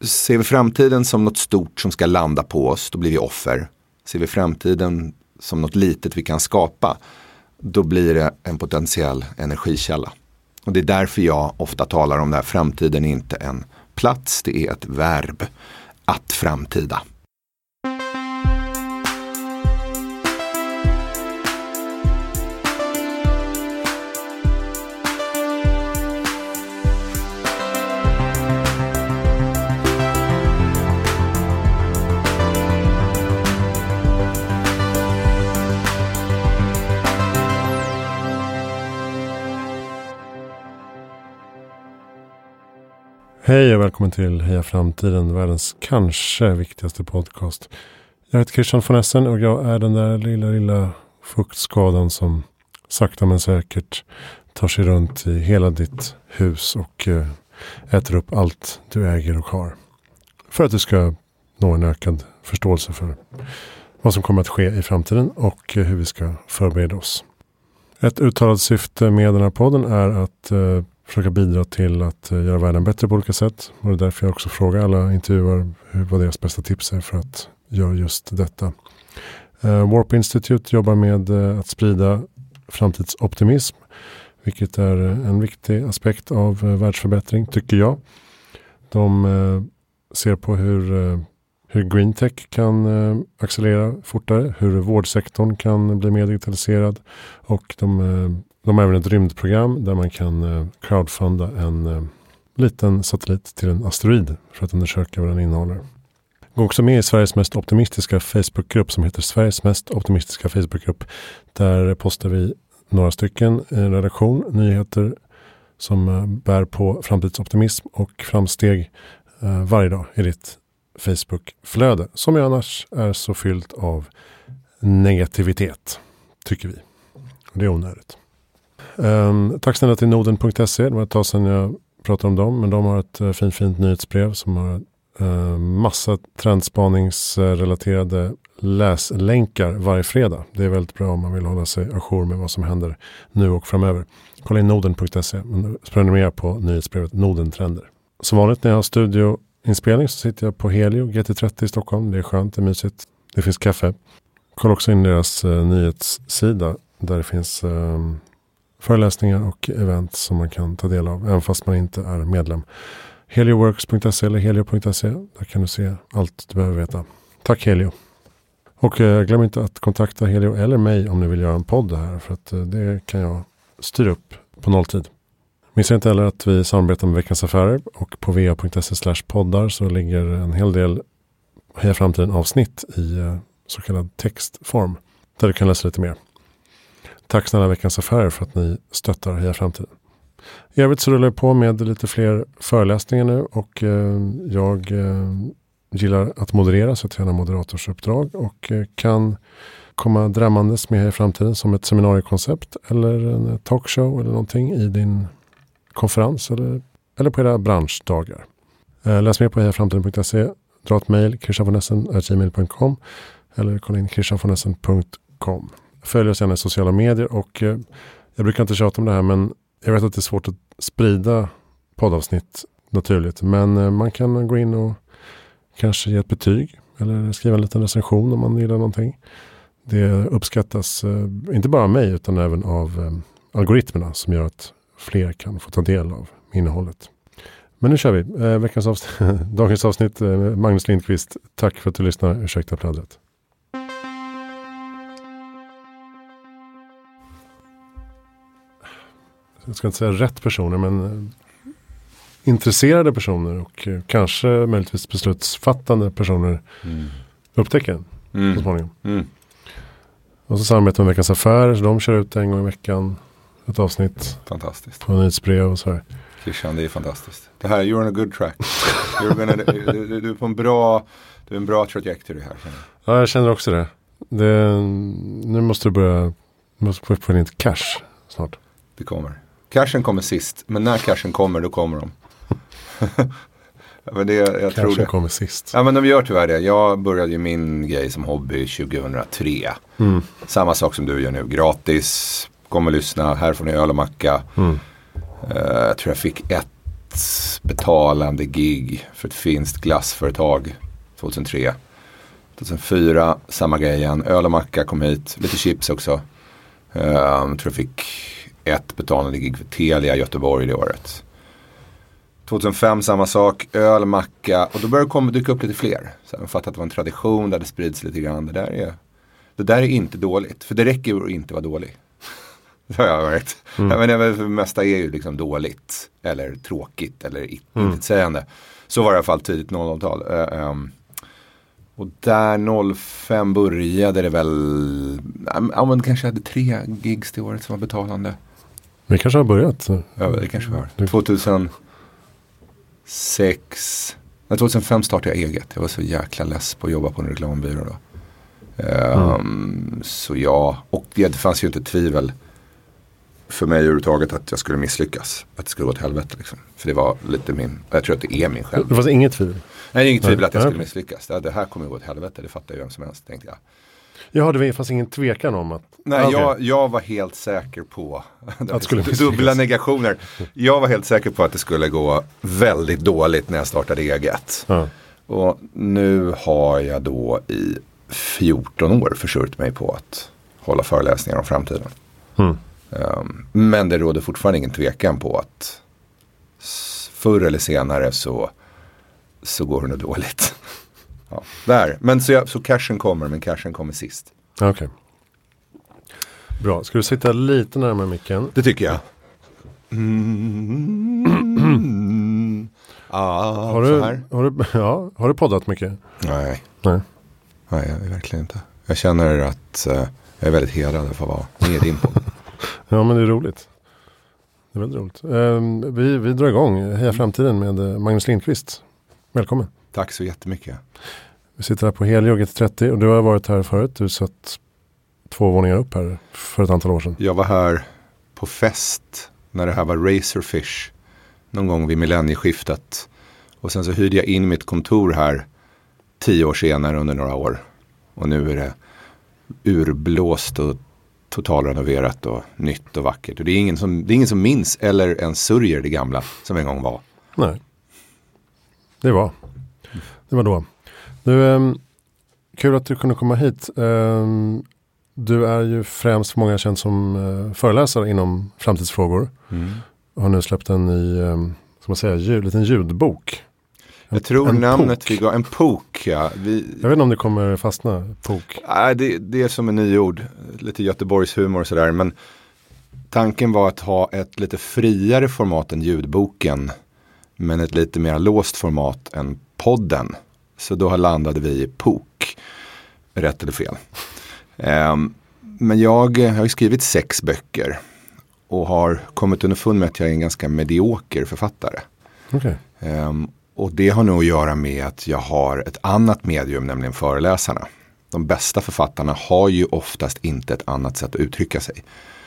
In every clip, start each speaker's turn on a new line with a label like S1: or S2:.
S1: Ser vi framtiden som något stort som ska landa på oss, då blir vi offer. Ser vi framtiden som något litet vi kan skapa, då blir det en potentiell energikälla. Och det är därför jag ofta talar om det här. Framtiden är inte en plats, det är ett verb. Att framtida.
S2: Hej och välkommen till Heja Framtiden, världens kanske viktigaste podcast. Jag heter Christian von Essen och jag är den där lilla fuktskadan som sakta men säkert tar sig runt i hela ditt hus och äter upp allt du äger och har. För att du ska nå en ökad förståelse för vad som kommer att ske i framtiden och hur vi ska förbereda oss. Ett uttalat syfte med den här podden är att försöka bidra till att göra världen bättre på olika sätt. Och det är därför jag också frågar alla intervjuer vad deras bästa tips är för att göra just detta. Warp Institute jobbar med att sprida framtidsoptimism, vilket är en viktig aspekt av världsförbättring, tycker jag. De ser på hur green tech kan accelerera fortare, hur vårdsektorn kan bli mer digitaliserad, och de har även ett rymdprogram där man kan crowdfunda en liten satellit till en asteroid för att undersöka vad den innehåller. Gå också med i Sveriges mest optimistiska Facebookgrupp som heter Sveriges mest optimistiska Facebookgrupp. Där postar vi några stycken i en redaktion, nyheter som bär på framtidsoptimism och framsteg varje dag i ditt Facebook-flöde, som ju annars är så fyllt av negativitet, tycker vi. Och det är onödigt. Tack snälla till Norden.se. Det var ett tag sedan jag pratade om dem, men de har ett fint nyhetsbrev som har massa trendspaningsrelaterade läslänkar varje fredag. Det är väldigt bra om man vill hålla sig ajour med vad som händer nu och framöver. Kolla in Norden.se, prenumerera på nyhetsbrevet Norden-trender. Som vanligt när jag har studioinspelning så sitter jag på Helio GT30 i Stockholm. Det är skönt, det är mysigt. Det finns kaffe. Kolla också in deras nyhetssida där det finns föreläsningar och event som man kan ta del av, även fast man inte är medlem. Helioworks.se eller helio.se, där kan du se allt du behöver veta. Tack Helio! Och glöm inte att kontakta Helio eller mig om ni vill göra en podd här, för att det kan jag styra upp på nolltid. Missa inte heller att vi samarbetar med Veckans Affärer, och på va.se/poddar så ligger en hel del Heja Framtiden avsnitt i så kallad textform, där du kan läsa lite mer. Tack snälla Veckans Affärer för att ni stöttar Heja Framtiden. I övrigt så rullar jag på med lite fler föreläsningar nu, och jag gillar att moderera, så att jag har moderatorsuppdrag och kan komma drämmandes med Heja Framtiden som ett seminariekoncept eller en talkshow eller någonting i din konferens eller på era branschdagar. Läs mer på hejaframtiden.se, dra ett mejl christianvonessen@gmail.com eller kolla in christianvonessen.com. Följ oss gärna i sociala medier, och jag brukar inte tjata om det här, men jag vet att det är svårt att sprida poddavsnitt naturligt, men man kan gå in och kanske ge ett betyg eller skriva en liten recension om man gillar någonting. Det uppskattas inte bara av mig utan även av algoritmerna som gör att fler kan få ta del av innehållet. Men nu kör vi. Dagens avsnitt, Magnus Lindqvist. Tack för att du lyssnar. Ursäkta pladdret. Jag ska inte säga rätt personer, men intresserade personer och kanske möjligtvis beslutsfattande personer upptäcker den så småningom. Och så samarbetar med Veckans Affärer, så de kör ut en gång i veckan ett avsnitt.
S1: Fantastiskt.
S2: På nyhetsbrev och så här.
S1: Christian, det är fantastiskt. Det här, you're on a good track. Du är på en bra trajectory här.
S2: Ja, jag känner också det. Nu måste du få in cash snart.
S1: Det kommer. Cashen kommer sist, men när cashen kommer, då kommer de. Men jag tror det
S2: kommer sist.
S1: Ja, men de gör tyvärr det. Jag började ju min grej som hobby 2003. Samma sak som du gör nu. Gratis. Kom och lyssna. Här får ni öl och macka. Jag tror jag fick betalande gig för ett finskt glassföretag 2003. 2004, samma grej igen. Öl och macka kom hit. Lite chips också. Jag tror jag fick ett betalande gig för Telia i Göteborg det året. 2005 samma sak. Öl, macka. Och då började det dyka upp lite fler. Så jag fattade att det var en tradition där det sprids lite grann. Det där är inte dåligt. För det räcker ju att inte vara dålig. Det har jag varit. Men det mesta är ju liksom dåligt. Eller tråkigt. Eller intetsägande. Så var det i alla fall tidigt 00-tal. Och där 05 började det väl. Ja, men kanske hade 3 gigs det året som var betalande.
S2: Vi kanske har börjat.
S1: Ja, det kanske var. 2006. 2005 startade jag eget. Jag var så jäkla less på att jobba på en reklambyrå då. Så ja, och det fanns ju inte tvivel för mig överhuvudtaget att jag skulle misslyckas. Att det skulle gå till helvete liksom. För det var lite jag tror att det är min själv.
S2: Det fanns inget tvivel?
S1: Nej, inget tvivel att jag skulle misslyckas. Det här kommer gå till helvete, det fattar ju vem som helst, tänkte jag.
S2: Ja, det fanns ingen tvekan om att...
S1: Nej, jag var helt säker på att skulle dubbla negationer. Jag var helt säker på att det skulle gå väldigt dåligt när jag startade eget. Och nu har jag då i 14 år försökt mig på att hålla föreläsningar om framtiden. Men det råder fortfarande ingen tvekan på att förr eller senare så går det dåligt. Ja, där. Men så cashen kommer, men cashen kommer sist.
S2: Okej. Bra. Ska du sitta lite närmare micken?
S1: Det tycker jag.
S2: Har du poddat mycket?
S1: Nej, verkligen inte. Jag känner att jag är väldigt hedrad för att vara med i din podd.
S2: Ja, men det är roligt. Det är väldigt roligt. Vi drar igång Heja Framtiden med Magnus Lindqvist. Välkommen.
S1: Tack så jättemycket.
S2: Vi sitter här på Helioget 30 och du har varit här förut. Du satt 2 våningar upp här för ett antal år sedan.
S1: Jag var här på fest när det här var Razorfish någon gång vid millennieskiftet. Och sen så hyrde jag in mitt kontor här 10 år senare under några år. Och nu är det urblåst och totalrenoverat och nytt och vackert. Och det är ingen som minns eller ens sörjer det gamla som en gång var.
S2: Nej. Det var då. Du, kul att du kunde komma hit. Du är ju främst för många känd som föreläsare inom framtidsfrågor. Har nu släppt en liten ljudbok.
S1: Jag tror namnet vi gav en pok. Ja.
S2: Jag vet inte om det kommer fastna, pok.
S1: Nej, det är som en nyord. Lite Göteborgs humor och sådär. Men tanken var att ha ett lite friare format än ljudboken. Men ett lite mer låst format än podden. Så då landade vi i pok. Rätt eller fel. Men jag har skrivit 6 böcker. Och har kommit underfund med att jag är en ganska medioker författare.
S2: Okay.
S1: Och det har nog att göra med att jag har ett annat medium, nämligen föreläsarna. De bästa författarna har ju oftast inte ett annat sätt att uttrycka sig.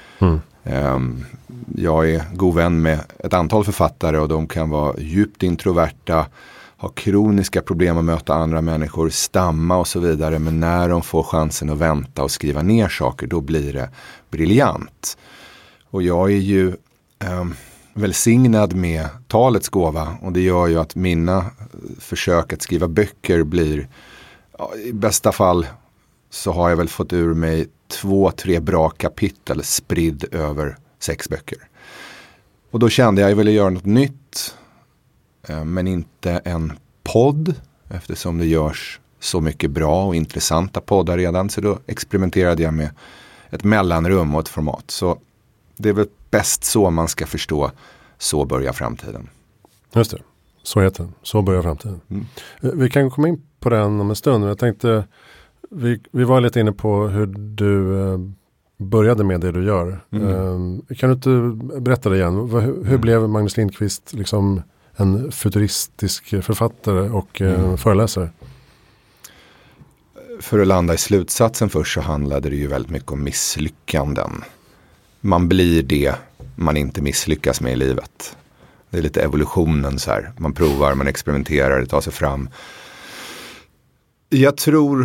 S1: Jag är god vän med ett antal författare och de kan vara djupt introverta, ha kroniska problem att möta andra människor, stamma och så vidare. Men när de får chansen att vänta och skriva ner saker, då blir det briljant. Och jag är ju välsignad med talets gåva. Och det gör ju att mina försök att skriva böcker blir, i bästa fall så har jag väl fått ur mig 2-3 bra kapitel spridd över 6 böcker. Och då kände jag ville göra något nytt. Men inte en podd, eftersom det görs så mycket bra och intressanta poddar redan. Så då experimenterade jag med ett mellanrum och ett format. Så det är väl bäst så man ska förstå Så börjar framtiden.
S2: Just det, så heter den. Så börjar framtiden. Vi kan komma in på den om en stund. Jag tänkte, vi var lite inne på hur du började med det du gör. Kan du inte berätta det igen? Hur blev Magnus Lindqvist liksom en futuristisk författare och föreläsare?
S1: För att landa i slutsatsen först så handlade det ju väldigt mycket om misslyckanden. Man blir det man inte misslyckas med i livet. Det är lite evolutionen så här. Man provar, man experimenterar, det tar sig fram.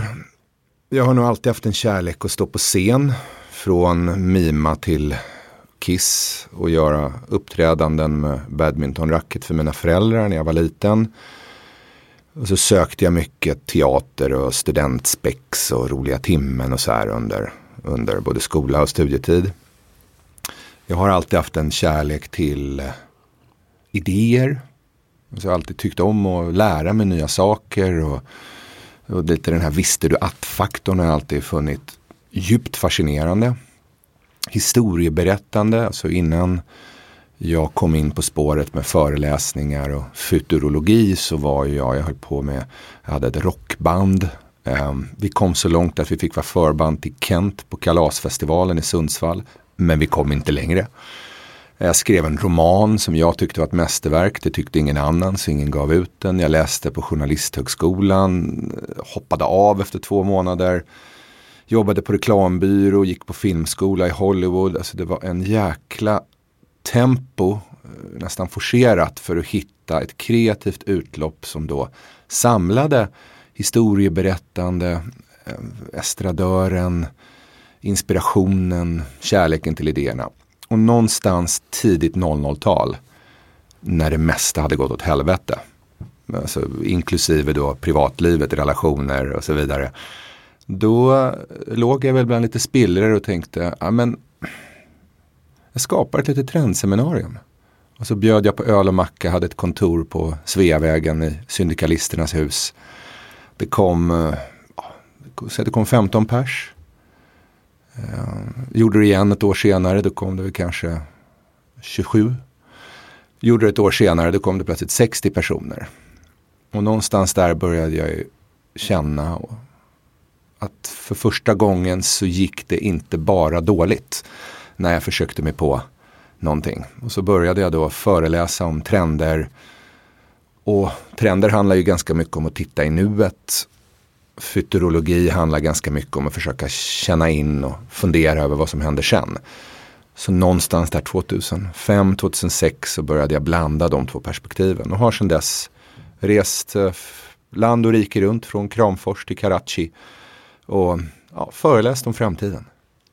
S1: Jag har nog alltid haft en kärlek att stå på scen. Från mima till Kiss och göra uppträdanden med badmintonracket för mina föräldrar när jag var liten. Och så sökte jag mycket teater och studentspex och roliga timmen och så här under både skola och studietid. Jag har alltid haft en kärlek till idéer. Så jag har alltid tyckt om att lära mig nya saker och lite den här visste du att-faktorn har jag alltid funnit djupt fascinerande. Historieberättande, alltså innan jag kom in på spåret med föreläsningar och futurologi så var jag höll på med, jag hade ett rockband. Vi kom så långt att vi fick vara förband till Kent på Kalasfestivalen i Sundsvall, men vi kom inte längre. Jag skrev en roman som jag tyckte var ett mästerverk, det tyckte ingen annan så ingen gav ut den. Jag läste på Journalisthögskolan, hoppade av efter 2 månader. Jobbade på reklambyrå, gick på filmskola i Hollywood. Alltså det var en jäkla tempo, nästan forcerat för att hitta ett kreativt utlopp som då samlade historieberättande, estradören, inspirationen, kärleken till idéerna. Och någonstans tidigt 00-tal, när det mesta hade gått åt helvete, alltså inklusive då privatlivet, relationer och så vidare, då låg jag väl bland lite spillror och tänkte, ja men jag skapar ett litet trendseminarium. Och så bjöd jag på öl och macka, hade ett kontor på Sveavägen i Syndikalisternas hus. Det kom 15 pers. Gjorde det igen ett år senare, då kom det väl kanske 27. Gjorde det ett år senare, då kom det plötsligt 60 personer. Och någonstans där började jag ju känna att för första gången så gick det inte bara dåligt när jag försökte mig på någonting. Och så började jag då föreläsa om trender. Och trender handlar ju ganska mycket om att titta i nuet. Futurologi handlar ganska mycket om att försöka känna in och fundera över vad som händer sen. Så någonstans där 2005-2006 så började jag blanda de 2 perspektiven. Och har sedan dess rest land och rike runt från Kramfors till Karachi. Och föreläst om framtiden.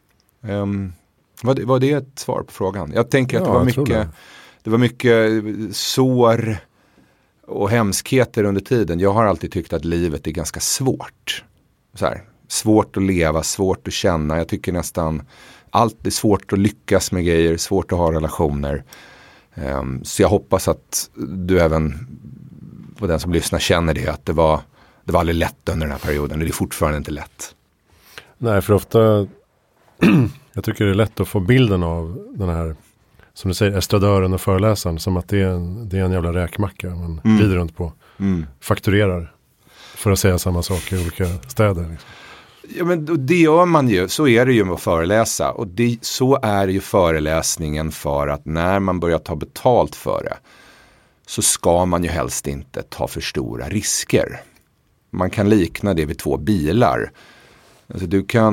S1: Var det ett svar på frågan? Jag tänker att det var mycket sår och hemskheter under tiden. Jag har alltid tyckt att livet är ganska svårt. Så här, svårt att leva, svårt att känna. Jag tycker nästan allt är svårt att lyckas med grejer, svårt att ha relationer. Så jag hoppas att du även och den som lyssnar känner det, att det var aldrig lätt under den här perioden och det är fortfarande inte lätt.
S2: Nej, för ofta jag tycker det är lätt att få bilden av den här, som du säger, estradören och föreläsaren som att det är en jävla räkmacka man glider runt på. Fakturerar för att säga samma sak i olika städer. Liksom.
S1: Ja, men det gör man ju. Så är det ju med att föreläsa. Och så är ju föreläsningen, för att när man börjar ta betalt för det så ska man ju helst inte ta för stora risker. Man kan likna det vid 2 bilar. Alltså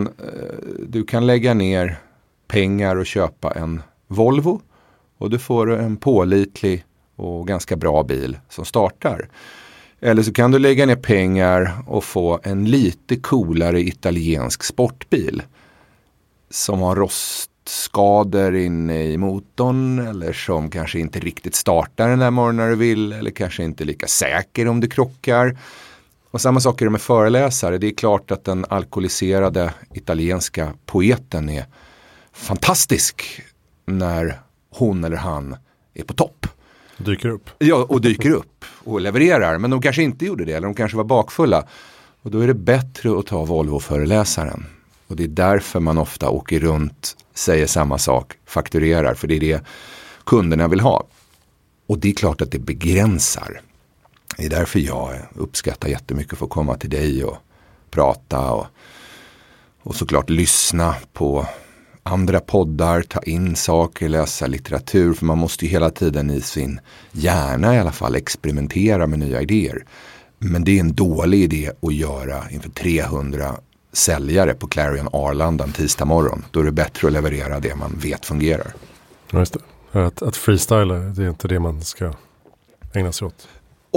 S1: du kan lägga ner pengar och köpa en Volvo och du får en pålitlig och ganska bra bil som startar. Eller så kan du lägga ner pengar och få en lite coolare italiensk sportbil som har rostskador inne i motorn eller som kanske inte riktigt startar den där morgonen när du vill eller kanske inte lika säker om du krockar. Och samma sak är det med föreläsare. Det är klart att den alkoholiserade italienska poeten är fantastisk när hon eller han är på topp.
S2: Dyker upp.
S1: Ja, och dyker upp och levererar. Men de kanske inte gjorde det, eller de kanske var bakfulla. Och då är det bättre att ta Volvo-föreläsaren. Och det är därför man ofta åker runt, säger samma sak, fakturerar. För det är det kunderna vill ha. Och det är klart att det begränsar. Det är därför jag uppskattar jättemycket att få komma till dig och prata och såklart lyssna på andra poddar, ta in saker, läsa litteratur. För man måste ju hela tiden i sin hjärna i alla fall experimentera med nya idéer. Men det är en dålig idé att göra inför 300 säljare på Clarion Arlanda en tisdag morgon. Då är det bättre att leverera det man vet fungerar.
S2: Ja, just det. Att freestyla, det är inte det man ska ägna sig åt.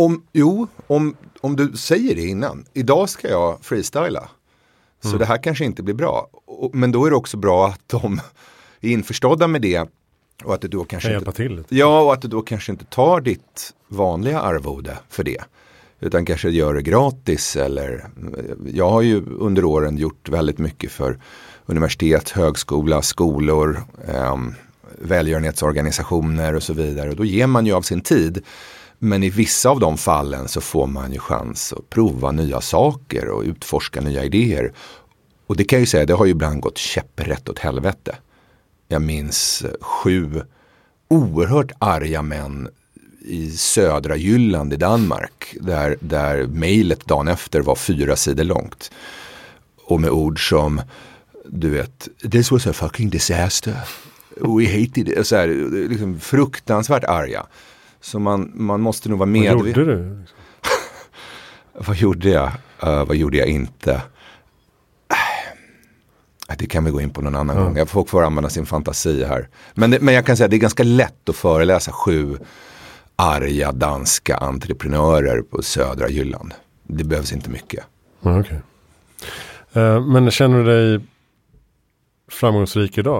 S2: Om du säger det innan. Idag ska jag freestyla. Så det här kanske inte blir bra. Men då är det också bra att de är införstådda med det
S1: Och att du då kanske
S2: hjälpa till lite.
S1: Ja, och att du då kanske inte tar ditt vanliga arvode för det. Utan kanske gör det gratis. Eller, jag har ju under åren gjort väldigt mycket för universitet, högskola, skolor, välgörenhetsorganisationer och så vidare. Och då ger man ju av sin tid. Men i vissa av de fallen så får man ju chans att prova nya saker och utforska nya idéer. Och det kan jag ju säga, det har ju ibland gått käpprätt åt helvete. Jag minns 7 oerhört arga män i södra Jylland i Danmark. Där mejlet dagen efter var 4 sidor långt. Och med ord som, du vet, this was a fucking disaster. We hated it. Så här, liksom fruktansvärt arga. Så man måste nog vara medveten.
S2: Vad gjorde du?
S1: Vad gjorde jag? Vad gjorde jag inte? Det kan vi gå in på någon annan gång. Jag får använda sin fantasi här. Men jag kan säga att det är ganska lätt att föreläsa 7 arga danska entreprenörer på södra Jylland. Det behövs inte mycket.
S2: Okej. Men känner du dig framgångsrik idag?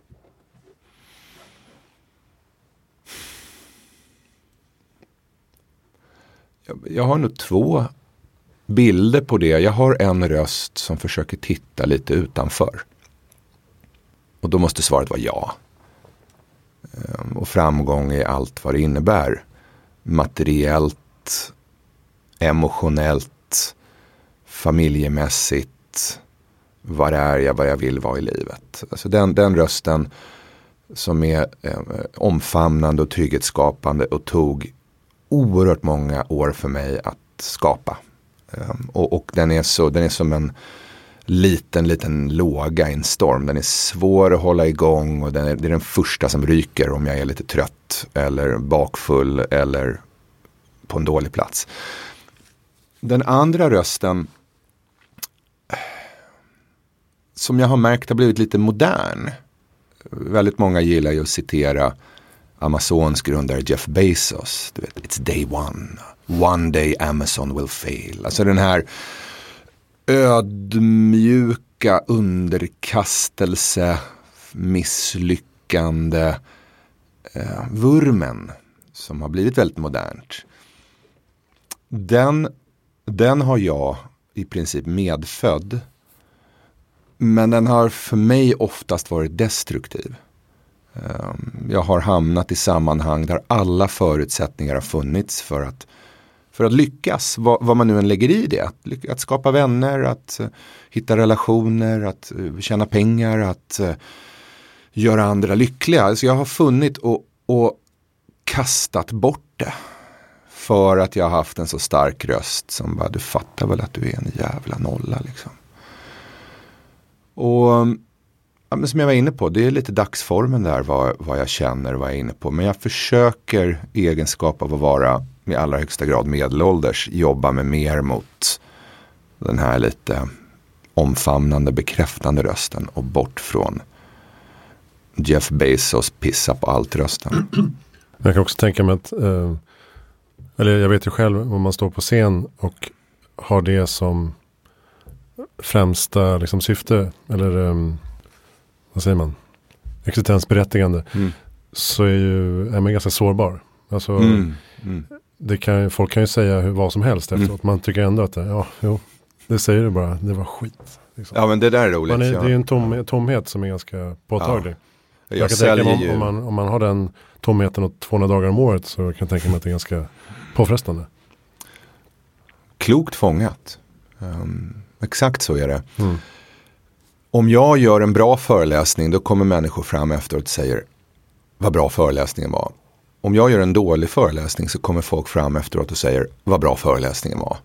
S1: Jag har nog 2 bilder på det. Jag har en röst som försöker titta lite utanför. Och då måste svaret vara ja. Och framgång är allt vad det innebär. Materiellt, emotionellt, familjemässigt. Vad är jag, vad jag vill vara i livet. Alltså den rösten som är omfamnande och trygghetsskapande och tog oerhört många år för mig att skapa. Och den är som en liten låga i en storm. Den är svår att hålla igång och det är den första som ryker om jag är lite trött eller bakfull eller på en dålig plats. Den andra rösten som jag har märkt har blivit lite modern. Väldigt många gillar ju att citera Amazons grundare Jeff Bezos. Du vet, it's day one. One day Amazon will fail. Alltså den här ödmjuka underkastelse, misslyckande vurmen som har blivit väldigt modernt. Den har jag i princip medfödd. Men den har för mig oftast varit destruktiv. Jag har hamnat i sammanhang där alla förutsättningar har funnits för att lyckas, vad man nu än lägger i det. Att skapa vänner, att hitta relationer, att tjäna pengar, att göra andra lyckliga. Alltså jag har funnit och kastat bort det. För att jag har haft en så stark röst som bara, du fattar väl att du är en jävla nolla liksom. Och men som jag var inne på, det är lite dagsformen där vad jag känner, vad jag är inne på. Men jag försöker i egenskap av att vara i allra högsta grad medelålders jobba med mer mot den här lite omfamnande, bekräftande rösten och bort från Jeff Bezos pissa på allt rösten.
S2: Jag kan också tänka mig att eller jag vet ju själv om man står på scen och har det som främsta liksom syfte eller vad säger man, existensberättigande, så är man ganska sårbar. Alltså folk kan ju säga vad som helst efteråt. Man tycker ändå att det säger du bara, det var skit. Liksom.
S1: Ja, men det där är roligt.
S2: Det är en tomhet som är ganska påtaglig. Ja. Jag kan tänka mig om man har den tomheten åt 200 dagar om året, så kan jag tänka mig att det är ganska påfrestande.
S1: Klokt fångat. Exakt så är det. Om jag gör en bra föreläsning, då kommer människor fram efteråt och säger vad bra föreläsningen var. Om jag gör en dålig föreläsning så kommer folk fram efteråt och säger vad bra föreläsningen var.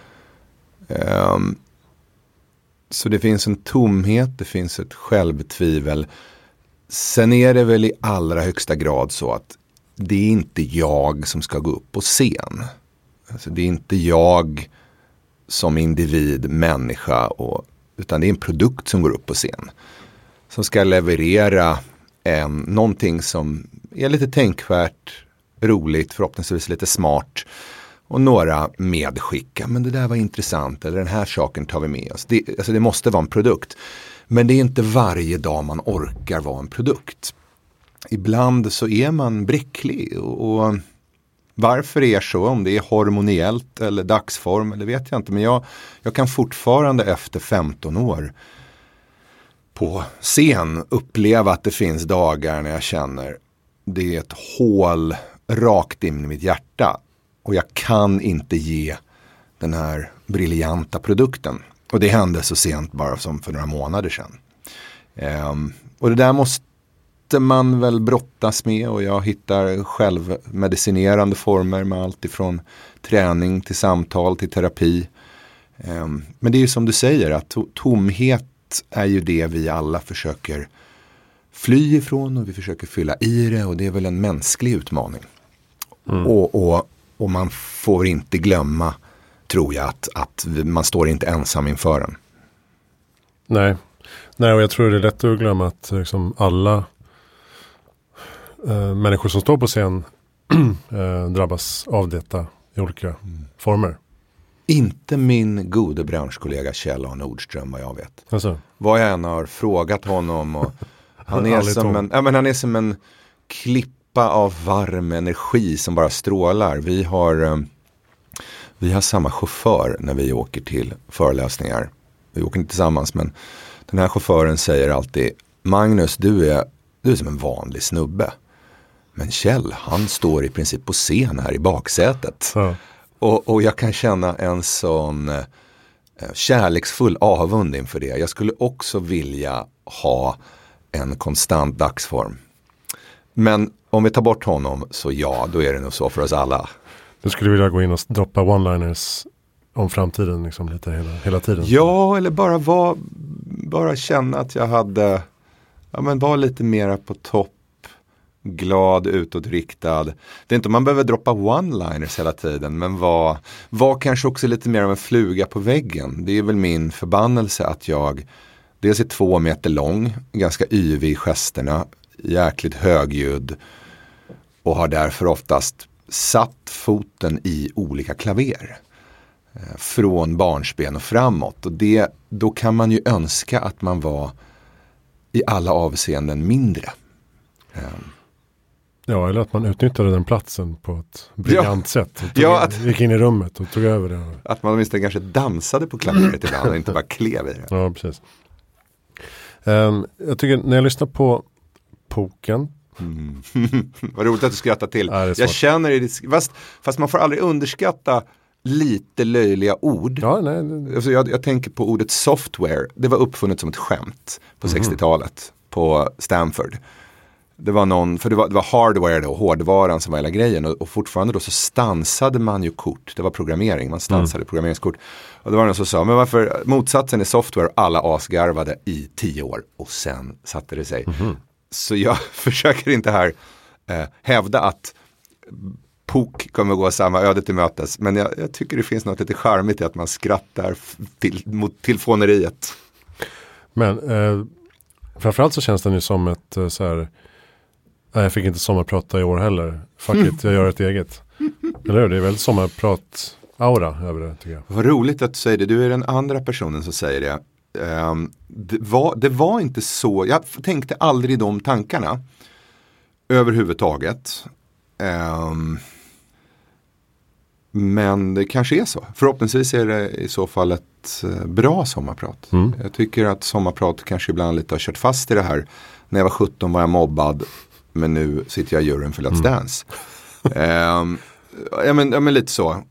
S1: Så det finns en tomhet, det finns ett självtvivel. Sen är det väl i allra högsta grad så att det är inte jag som ska gå upp på scen. Alltså det är inte jag som individ, människa, utan det är en produkt som går upp på scen. Som ska leverera någonting som är lite tänkvärt, roligt, förhoppningsvis lite smart. Och några medskicka, men det där var intressant, eller den här saken tar vi med oss. Det måste vara en produkt. Men det är inte varje dag man orkar vara en produkt. ibland så är man bräcklig och varför det är så, om det är hormoniellt eller dagsform eller vet jag inte, men jag kan fortfarande efter 15 år på scen uppleva att det finns dagar när jag känner det är ett hål rakt in i mitt hjärta och jag kan inte ge den här briljanta produkten. Och det hände så sent bara som för några månader sedan. Och det där måste man väl brottas med och jag hittar självmedicinerande former med allt ifrån träning till samtal till terapi. Men det är ju som du säger att tomhet är ju det vi alla försöker fly ifrån och vi försöker fylla i det och det är väl en mänsklig utmaning. Och man får inte glömma, tror jag, att man står inte ensam inför den.
S2: Nej, och jag tror det är lätt att glömma att liksom alla människor som står på scen drabbas av detta i olika former. Inte
S1: min gode branschkollega Kjell A. Nordström, vad jag vet.
S2: Alltså.
S1: Vad jag än har frågat honom och han är som en klippa av varm energi som bara strålar. Vi har samma chaufför när vi åker till föreläsningar. Vi åker inte tillsammans, men den här chauffören säger alltid: Magnus, du är som en vanlig snubbe. Men Kjell, han står i princip på scen här i baksätet. Ja. Och jag kan känna en sån kärleksfull avund inför det. Jag skulle också vilja ha en konstant dagsform. Men om vi tar bort honom så ja, då är det nog så för oss alla.
S2: Du skulle vilja gå in och droppa one-liners om framtiden liksom, lite hela tiden?
S1: Ja, eller bara känna att jag hade, var lite mera på topp, glad, utåtriktad. Det är inte om man behöver droppa one-liners hela tiden, men var kanske också lite mer av en fluga på väggen. Det är väl min förbannelse att jag dels är 2 meter lång, ganska yvig i gesterna, jäkligt högljudd och har därför oftast satt foten i olika klaver. Från barnsben och framåt. Och då kan man ju önska att man var i alla avseenden mindre.
S2: Ja, eller att man utnyttjade den platsen på ett briljant sätt. Gick in i rummet och tog över det.
S1: Att man åtminstone kanske dansade på klaveret ibland och inte bara klev i det.
S2: Ja, precis. Jag tycker när jag lyssnar på Poken.
S1: Vad roligt att du skrattar till. Jag känner det, fast man får aldrig underskatta lite löjliga ord.
S2: Ja, nej.
S1: Alltså jag tänker på ordet software. Det var uppfunnet som ett skämt på 60-talet på Stanford. Det var hardware då, hårdvaran som var hela grejen och fortfarande då så stansade man ju kort. Det var programmering, man stansade programmeringskort. Och det var någon som sa, men varför motsatsen är software, alla asgarvade i 10 år och sen satte det sig. Så jag försöker inte här hävda att POK kommer gå samma öde till mötes. Men jag tycker det finns något lite charmigt i att man skrattar mot tillfåneriet.
S2: Men framförallt så känns det ju som ett så här, jag fick inte sommarprata i år heller. Fuck it, jag gör ett eget. Eller hur? Det är väl sommarprat-aura över det, tycker jag.
S1: Vad roligt att du säger det. Du är den andra personen som säger det. Det var inte så. Jag tänkte aldrig de tankarna överhuvudtaget. Men det kanske är så. Förhoppningsvis är det i så fall ett bra sommarprat. Jag tycker att sommarprat kanske ibland lite har kört fast i det här. När jag var 17 var jag mobbad, men nu sitter jag i juryn för Let's Dance. Men lite så.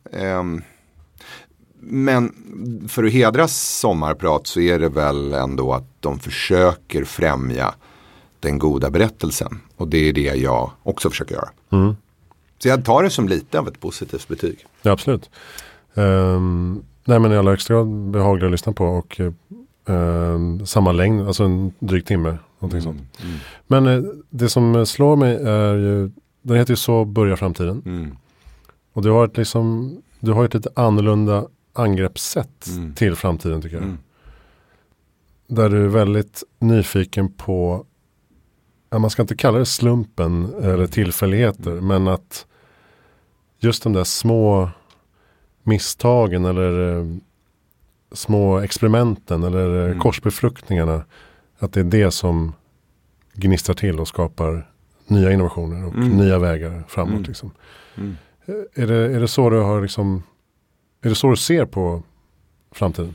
S1: Men för att hedra sommarprat så är det väl ändå att de försöker främja den goda berättelsen. Och det är det jag också försöker göra. Så jag tar det som lite av ett positivt betyg.
S2: Ja, absolut. Nej, men i allra högsta grad behaglig att lyssna på och samma längd, alltså en dryg timme, någonting sånt. Men det som slår mig är ju, den heter ju Så börjar framtiden. Och du har ett lite annorlunda angreppssätt till framtiden, tycker jag. Där du är väldigt nyfiken på, man ska inte kalla det slumpen eller tillfälligheter, men att just de där små misstagen eller små experimenten eller korsbefruktningarna, att det är det som gnistrar till och skapar nya innovationer och nya vägar framåt. Liksom. Är det så du har liksom, är det så du ser på framtiden?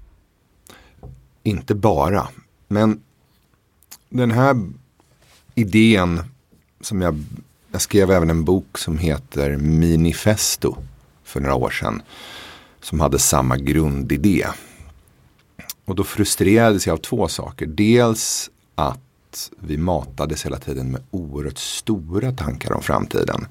S1: Inte bara, men den här idén som jag skrev även en bok som heter Minifesto för några år sedan, som hade samma grundidé. Och då frustrerades jag av två saker. Dels att vi matades hela tiden med oerhört stora tankar om framtiden.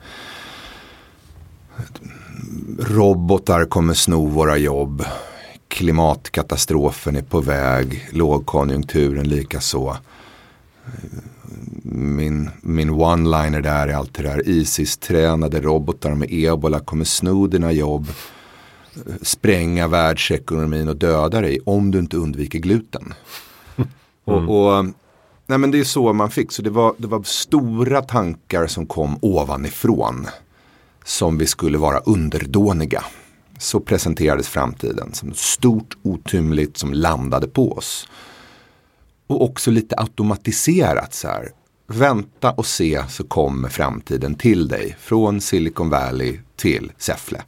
S1: Robotar kommer sno våra jobb. Klimatkatastrofen är på väg. Lågkonjunkturen lika så. Min one-liner där är alltid det här: ISIS-tränade robotar med ebola kommer sno dina jobb, spränga världsekonomin och döda dig om du inte undviker gluten. Nej, men det är så man fick. Så det var stora tankar som kom ovanifrån, som vi skulle vara underdåniga. Så presenterades framtiden som stort otymligt som landade på oss. Och också lite automatiserat så här. Vänta och se, så kommer framtiden till dig. Från Silicon Valley till Säffle.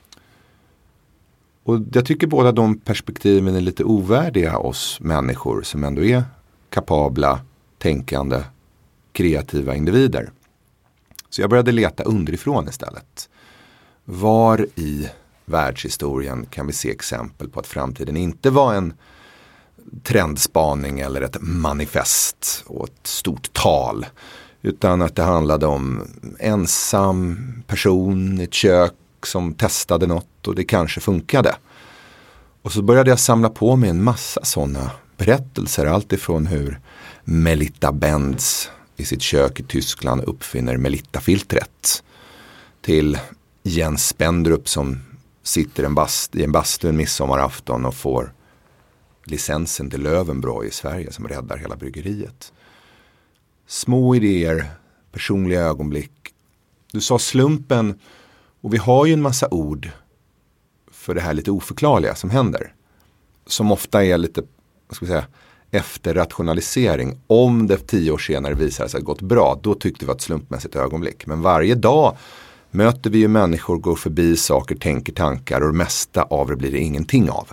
S1: Och jag tycker båda de perspektiven är lite ovärdiga oss människor som ändå är kapabla, tänkande, kreativa individer. Så jag började leta underifrån istället. Var i världshistorien kan vi se exempel på att framtiden inte var en trendspaning eller ett manifest och ett stort tal, utan att det handlade om ensam person i ett kök som testade något och det kanske funkade. Och så började jag samla på mig en massa sådana berättelser, allt ifrån hur Melitta Benz i sitt kök i Tyskland uppfinner Melitta-filtret, till Jens Spendrup som sitter i en bastu en midsommarafton och får licensen till Löwenbräu i Sverige som räddar hela bryggeriet. Små idéer, personliga ögonblick. Du sa slumpen, och vi har ju en massa ord för det här lite oförklarliga som händer. Som ofta är lite, vad ska vi säga, efterrationalisering. Om det 10 år senare visar sig ha gått bra, då tyckte vi att ett slumpmässigt ögonblick. Men varje dag möter vi ju människor, går förbi saker, tänker tankar, och det mesta av det blir det ingenting av.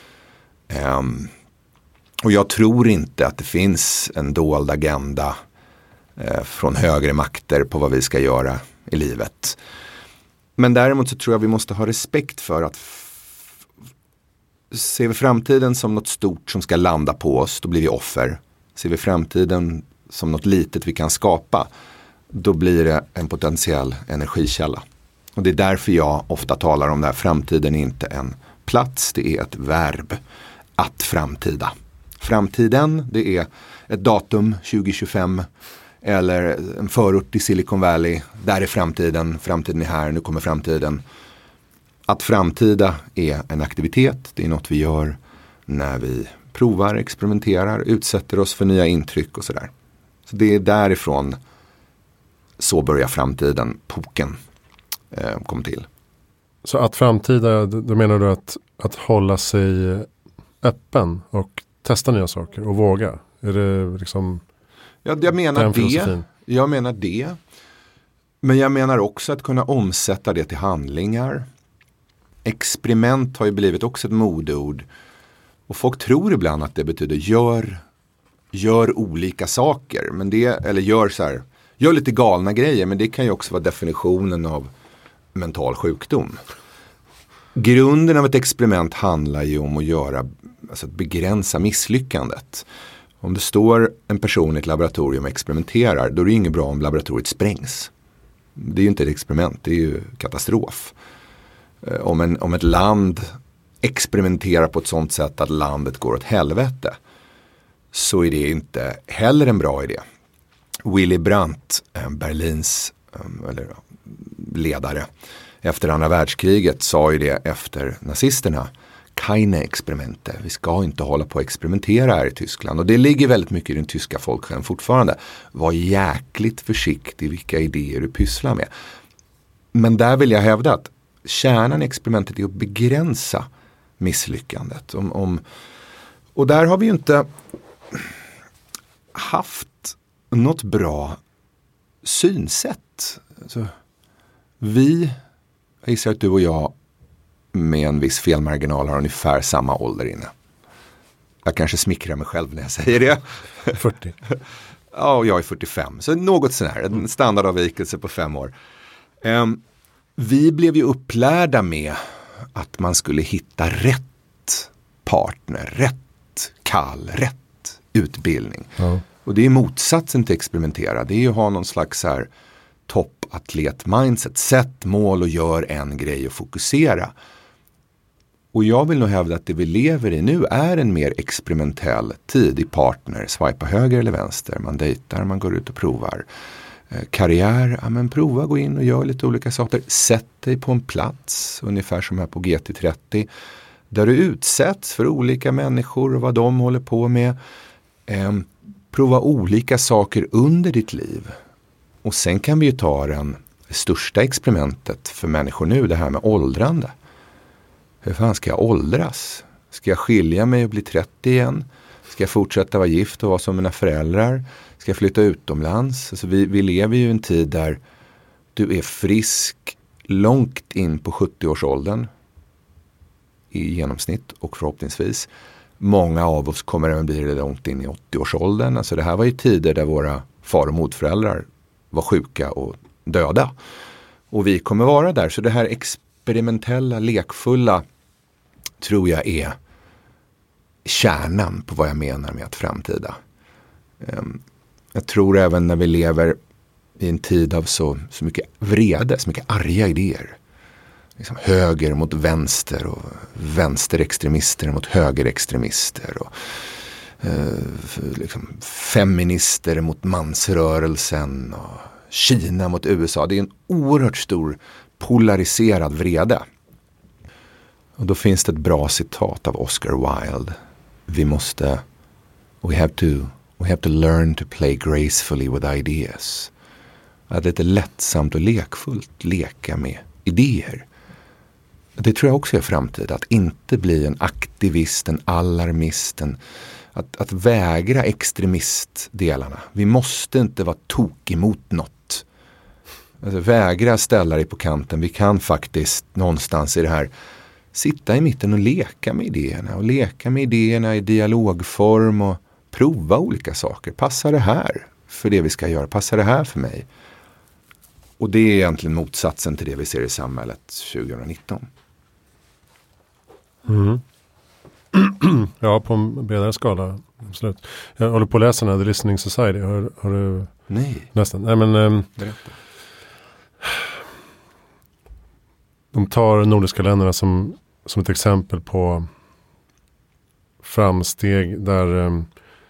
S1: Och jag tror inte att det finns en dold agenda från högre makter på vad vi ska göra i livet. Men däremot så tror jag vi måste ha respekt för att ser vi framtiden som något stort som ska landa på oss, då blir vi offer. Ser vi framtiden som något litet vi kan skapa, då blir det en potentiell energikälla. Och det är därför jag ofta talar om det här: framtiden är inte en plats, det är ett verb. Att framtida. Framtiden, det är ett datum 2025 eller en förort i Silicon Valley. Där är framtiden, framtiden är här, nu kommer framtiden. Att framtida är en aktivitet, det är något vi gör när vi provar, experimenterar, utsätter oss för nya intryck och sådär. Så det är därifrån så börjar framtiden, poken, kom till.
S2: Så att framtida, då menar du att hålla sig öppen och testa nya saker och våga? Är det liksom
S1: jag menar det. Jag menar det. Men jag menar också att kunna omsätta det till handlingar. Experiment har ju blivit också ett modeord. Och folk tror ibland att det betyder gör olika saker. Men det, eller gör lite galna grejer. Men det kan ju också vara definitionen av mental sjukdom. Grunden av ett experiment handlar ju om att begränsa misslyckandet. Om det står en person i ett laboratorium och experimenterar, då är det inget bra om laboratoriet sprängs. Det är ju inte ett experiment, det är ju katastrof. Om ett land experimenterar på ett sådant sätt att landet går åt helvete, så är det inte heller en bra idé. Willy Brandt, Berlins ledare efter andra världskriget, sa ju det efter nazisterna: keine Experimente. Vi ska inte hålla på att experimentera här i Tyskland. Och det ligger väldigt mycket i den tyska folksjälen fortfarande. Var jäkligt försiktig vilka idéer du pysslar med. Men där vill jag hävda att kärnan i experimentet är att begränsa misslyckandet. Och där har vi ju inte haft något bra synsätt. Alltså, jag gissar att du och jag med en viss felmarginal har ungefär samma ålder inne. Jag kanske smickrar mig själv när jag säger det.
S2: 40.
S1: Ja, och jag är 45. Så något sån här, en standardavvikelse på 5 år. Vi blev ju upplärda med att man skulle hitta rätt partner, rätt kall, rätt utbildning. Ja. Och det är motsatsen till experimentera. Det är ju att ha någon slags här toppatlet-mindset. Sätt mål och gör en grej och fokusera. Och jag vill nog hävda att det vi lever i nu är en mer experimentell tid i partner. Swipa höger eller vänster. Man dejtar, man går ut och provar. Karriär, ja men prova, gå in och gör lite olika saker. Sätt dig på en plats, ungefär som här på GT30. Där du utsätts för olika människor och vad de håller på med. Prova olika saker under ditt liv. Och sen kan vi ju ta det största experimentet för människor nu, det här med åldrande. Hur fan ska jag åldras? Ska jag skilja mig och bli 30 igen? Ska jag fortsätta vara gift och vara som mina föräldrar? Ska jag flytta utomlands? Alltså vi lever ju i en tid där du är frisk långt in på 70-årsåldern i genomsnitt och förhoppningsvis. Många av oss kommer även bli långt in i 80-årsåldern. Alltså det här var ju tider där våra far- och morföräldrar var sjuka och döda. Och vi kommer vara där. Så det här experimentella, lekfulla tror jag är kärnan på vad jag menar med att framtida. Jag tror även när vi lever i en tid av så mycket vrede, så mycket arga idéer. Liksom höger mot vänster och vänsterextremister mot högerextremister och liksom feminister mot mansrörelsen och Kina mot USA. Det är en oerhört stor polariserad vrede. Och då finns det ett bra citat av Oscar Wilde. We have to learn to play gracefully with ideas. Att det är lättsamt och lekfullt leka med idéer. Det tror jag också är framtid. Att inte bli en aktivist, en alarmist, att vägra extremistdelarna. Vi måste inte vara tok emot något. Alltså, vägra ställa dig på kanten. Vi kan faktiskt någonstans i det här sitta i mitten och leka med idéerna. Och leka med idéerna i dialogform och prova olika saker. Passar det här för det vi ska göra? Passar det här för mig? Och det är egentligen motsatsen till det vi ser i samhället 2019.
S2: Mm. Ja, på en bredare skala. Absolut. Jag håller på att läsa den här The Listening Society. Har du?
S1: Nej.
S2: Nästan. Nej, men
S1: berätta.
S2: De tar nordiska länderna som ett exempel på framsteg där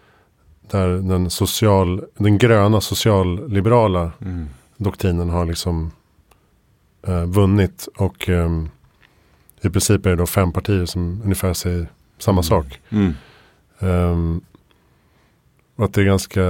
S2: den gröna socialliberala doktrinen har liksom vunnit, och i princip är det då 5 partier som ungefär säger samma sak. Och att det är ganska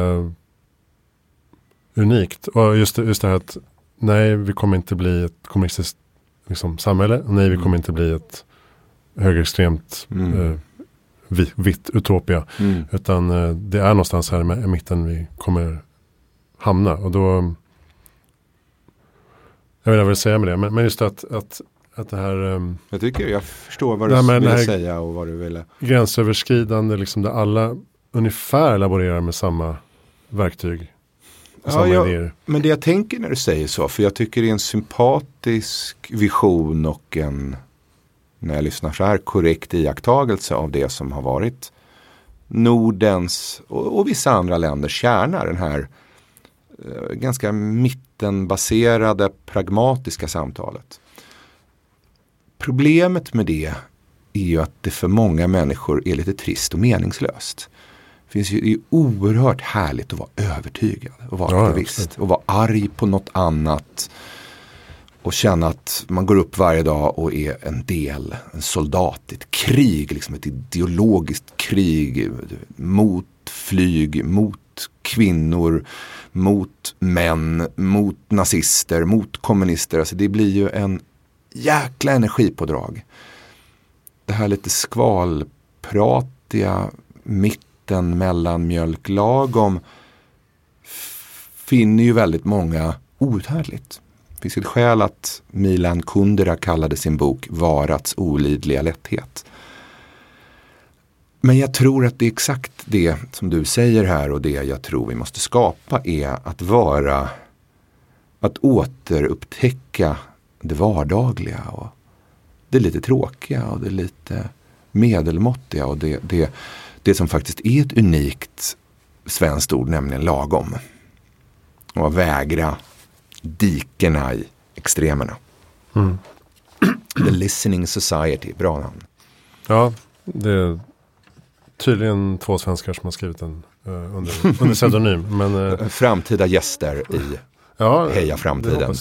S2: unikt. Och just det här att nej, vi kommer inte bli ett kommunistiskt liksom samhälle. Nej, vi kommer inte bli ett högerextremt vitt utopia. Utan det är någonstans här i mitten vi kommer hamna. Och då jag vill säga med det. Men just att det här
S1: jag förstår vad du vill säga och vad du vill.
S2: Gränsöverskridande liksom, där alla ungefär laborerar med samma verktyg.
S1: Men det jag tänker när du säger så, för jag tycker det är en sympatisk vision och en, när jag lyssnar så här, korrekt iakttagelse av det som har varit Nordens och vissa andra länders kärna, den här ganska mittenbaserade pragmatiska samtalet. Problemet med det är ju att det för många människor är lite trist och meningslöst. Det är ju oerhört härligt att vara övertygad och vara aktivist och vara arg på något annat och känna att man går upp varje dag och är en soldat i ett krig, liksom ett ideologiskt krig mot flyg, mot kvinnor, mot män, mot nazister, mot kommunister. Alltså det blir ju en jäkla energipådrag. Det här lite skvalpratiga mitten mellan mjölk lagom finner ju väldigt många outhärdligt. Det finns ett skäl att Milan Kundera kallade sin bok Varats olidliga lätthet. Men jag tror att det är exakt det som du säger här och det jag tror vi måste skapa är att återupptäcka det vardagliga och det lite tråkiga och det lite medelmåttiga och det som faktiskt är ett unikt svenskt ord, nämligen lagom. Och att vägra dikerna i extremerna. The Listening Society, bra namn.
S2: Ja, det är tydligen 2 svenskar som har skrivit den under pseudonym. Men,
S1: framtida gäster i Heja Framtiden.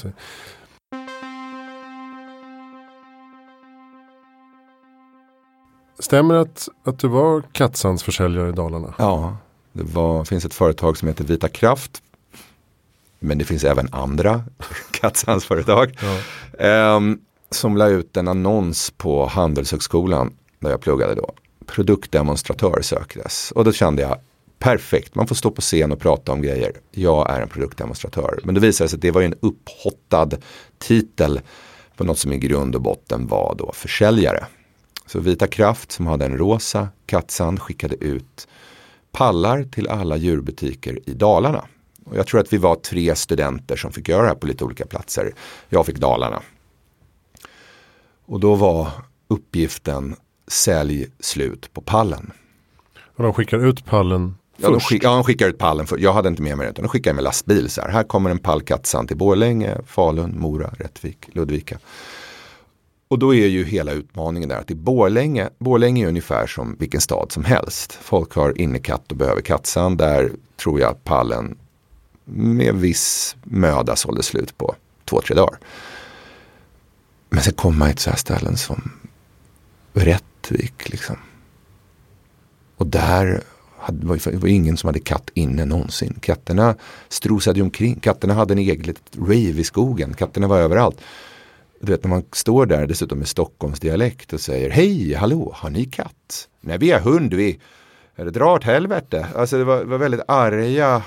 S2: Stämmer att du var kattsandsförsäljare i Dalarna?
S1: Ja, det finns ett företag som heter Vita Kraft. Men det finns även andra kattsandsföretag. Som la ut en annons på Handelshögskolan där jag pluggade då. Produktdemonstratör söktes. Och då kände jag, perfekt, man får stå på scen och prata om grejer. Jag är en produktdemonstratör. Men det visade sig att det var en upphottad titel på något som i grund och botten var då försäljare. Så Vita Kraft som hade en rosa kattsand skickade ut pallar till alla djurbutiker i Dalarna. Och jag tror att vi var 3 studenter som fick göra det här på lite olika platser. Jag fick Dalarna. Och då var uppgiften sälj slut på pallen.
S2: Och de skickar ut pallen först?
S1: De skickar ut pallen först. Jag hade inte med mig det utan de skickade med lastbil. Så här kommer en pall kattsand till Borlänge, Falun, Mora, Rättvik, Ludvika. Och då är ju hela utmaningen där att i Borlänge är ungefär som vilken stad som helst. Folk har innekatt och behöver kattsand. Där tror jag att pallen med viss möda sålde slut på 2-3 dagar. Men sen kommer man till så här ställen som Rättvik liksom. Och där var ingen som hade katt inne någonsin. Katterna strosade omkring. Katterna hade en eget rave i skogen. Katterna var överallt. Du vet när man står där dessutom med Stockholms dialekt och säger hej, hallå, har ni katt? Nej, vi har hund, eller drar åt helvete. Alltså det var väldigt arga.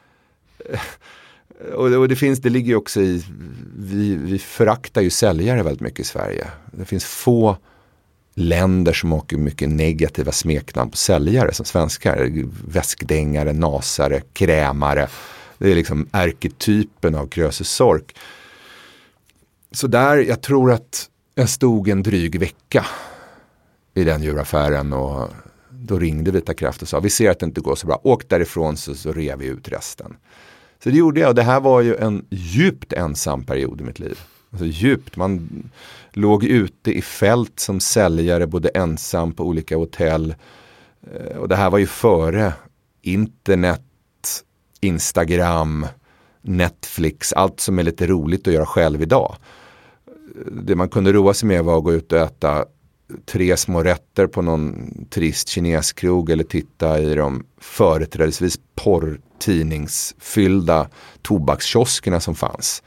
S1: Och det ligger ju också i, vi föraktar ju säljare väldigt mycket i Sverige. Det finns få länder som åker mycket negativa smeknamn på säljare som svenskar. Väskdängare, nasare, krämare. Det är liksom arketypen av Krösus Sork. Så där, jag tror att jag stod en dryg vecka i den djuraffären och då ringde Vita Kraft och sa vi ser att det inte går så bra. Åk därifrån så rev vi ut resten. Så det gjorde jag och det här var ju en djupt ensam period i mitt liv. Alltså djupt, man låg ute i fält som säljare, både ensam på olika hotell. Och det här var ju före internet, Instagram, Netflix, allt som är lite roligt att göra själv idag. Det man kunde roa sig med var att gå ut och äta 3 små rätter på någon trist kineskrog eller titta i de företrädesvis porrtidningsfyllda tobakskioskerna som fanns.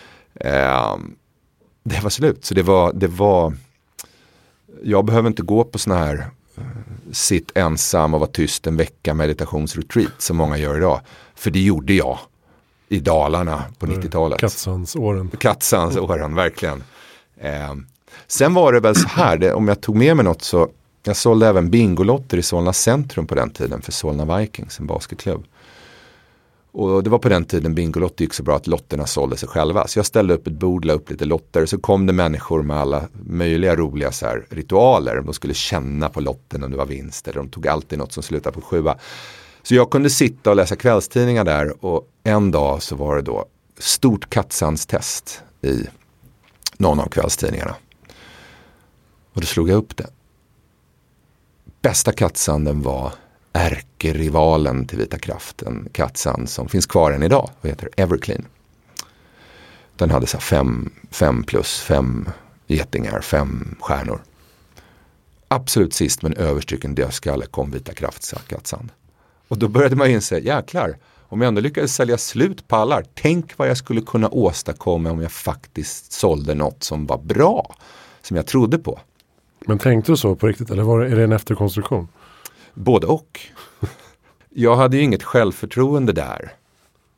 S1: Det var slut. Så det var jag behöver inte gå på såna här sitt ensam och vara tyst en vecka meditationsretreat som många gör idag. För det gjorde jag i Dalarna på 90-talet. Kattsandsåren, verkligen. Sen var det väl så här, om jag tog med mig något så, jag sålde även bingolotter i Solna centrum på den tiden för Solna Vikings, en basketklubb. Och det var på den tiden bingolotter gick så bra att lotterna sålde sig själva. Så jag ställde upp ett bord, la upp lite lotter, så kom det människor med alla möjliga roliga så här ritualer. De skulle känna på lotten om det var vinst, eller de tog alltid något som slutade på 7. Så jag kunde sitta och läsa kvällstidningar där och en dag så var det då stort kattsandstest i någon av kvällstidningarna. Och då slog jag upp det. Bästa kattsanden var ärkerivalen till Vita Kraft. En kattsand som finns kvar än idag och heter Everclean. Den hade så 5+5 getingar, 5 stjärnor. Absolut sist men överstycken dödskalle kom Vita Krafts kattsand. Och då började man inse, jäklar, om jag ändå lyckades sälja slut pallar, tänk vad jag skulle kunna åstadkomma om jag faktiskt sålde något som var bra, som jag trodde på.
S2: Men tänkte du så på riktigt, eller är det en efterkonstruktion?
S1: Både och. Jag hade ju inget självförtroende där.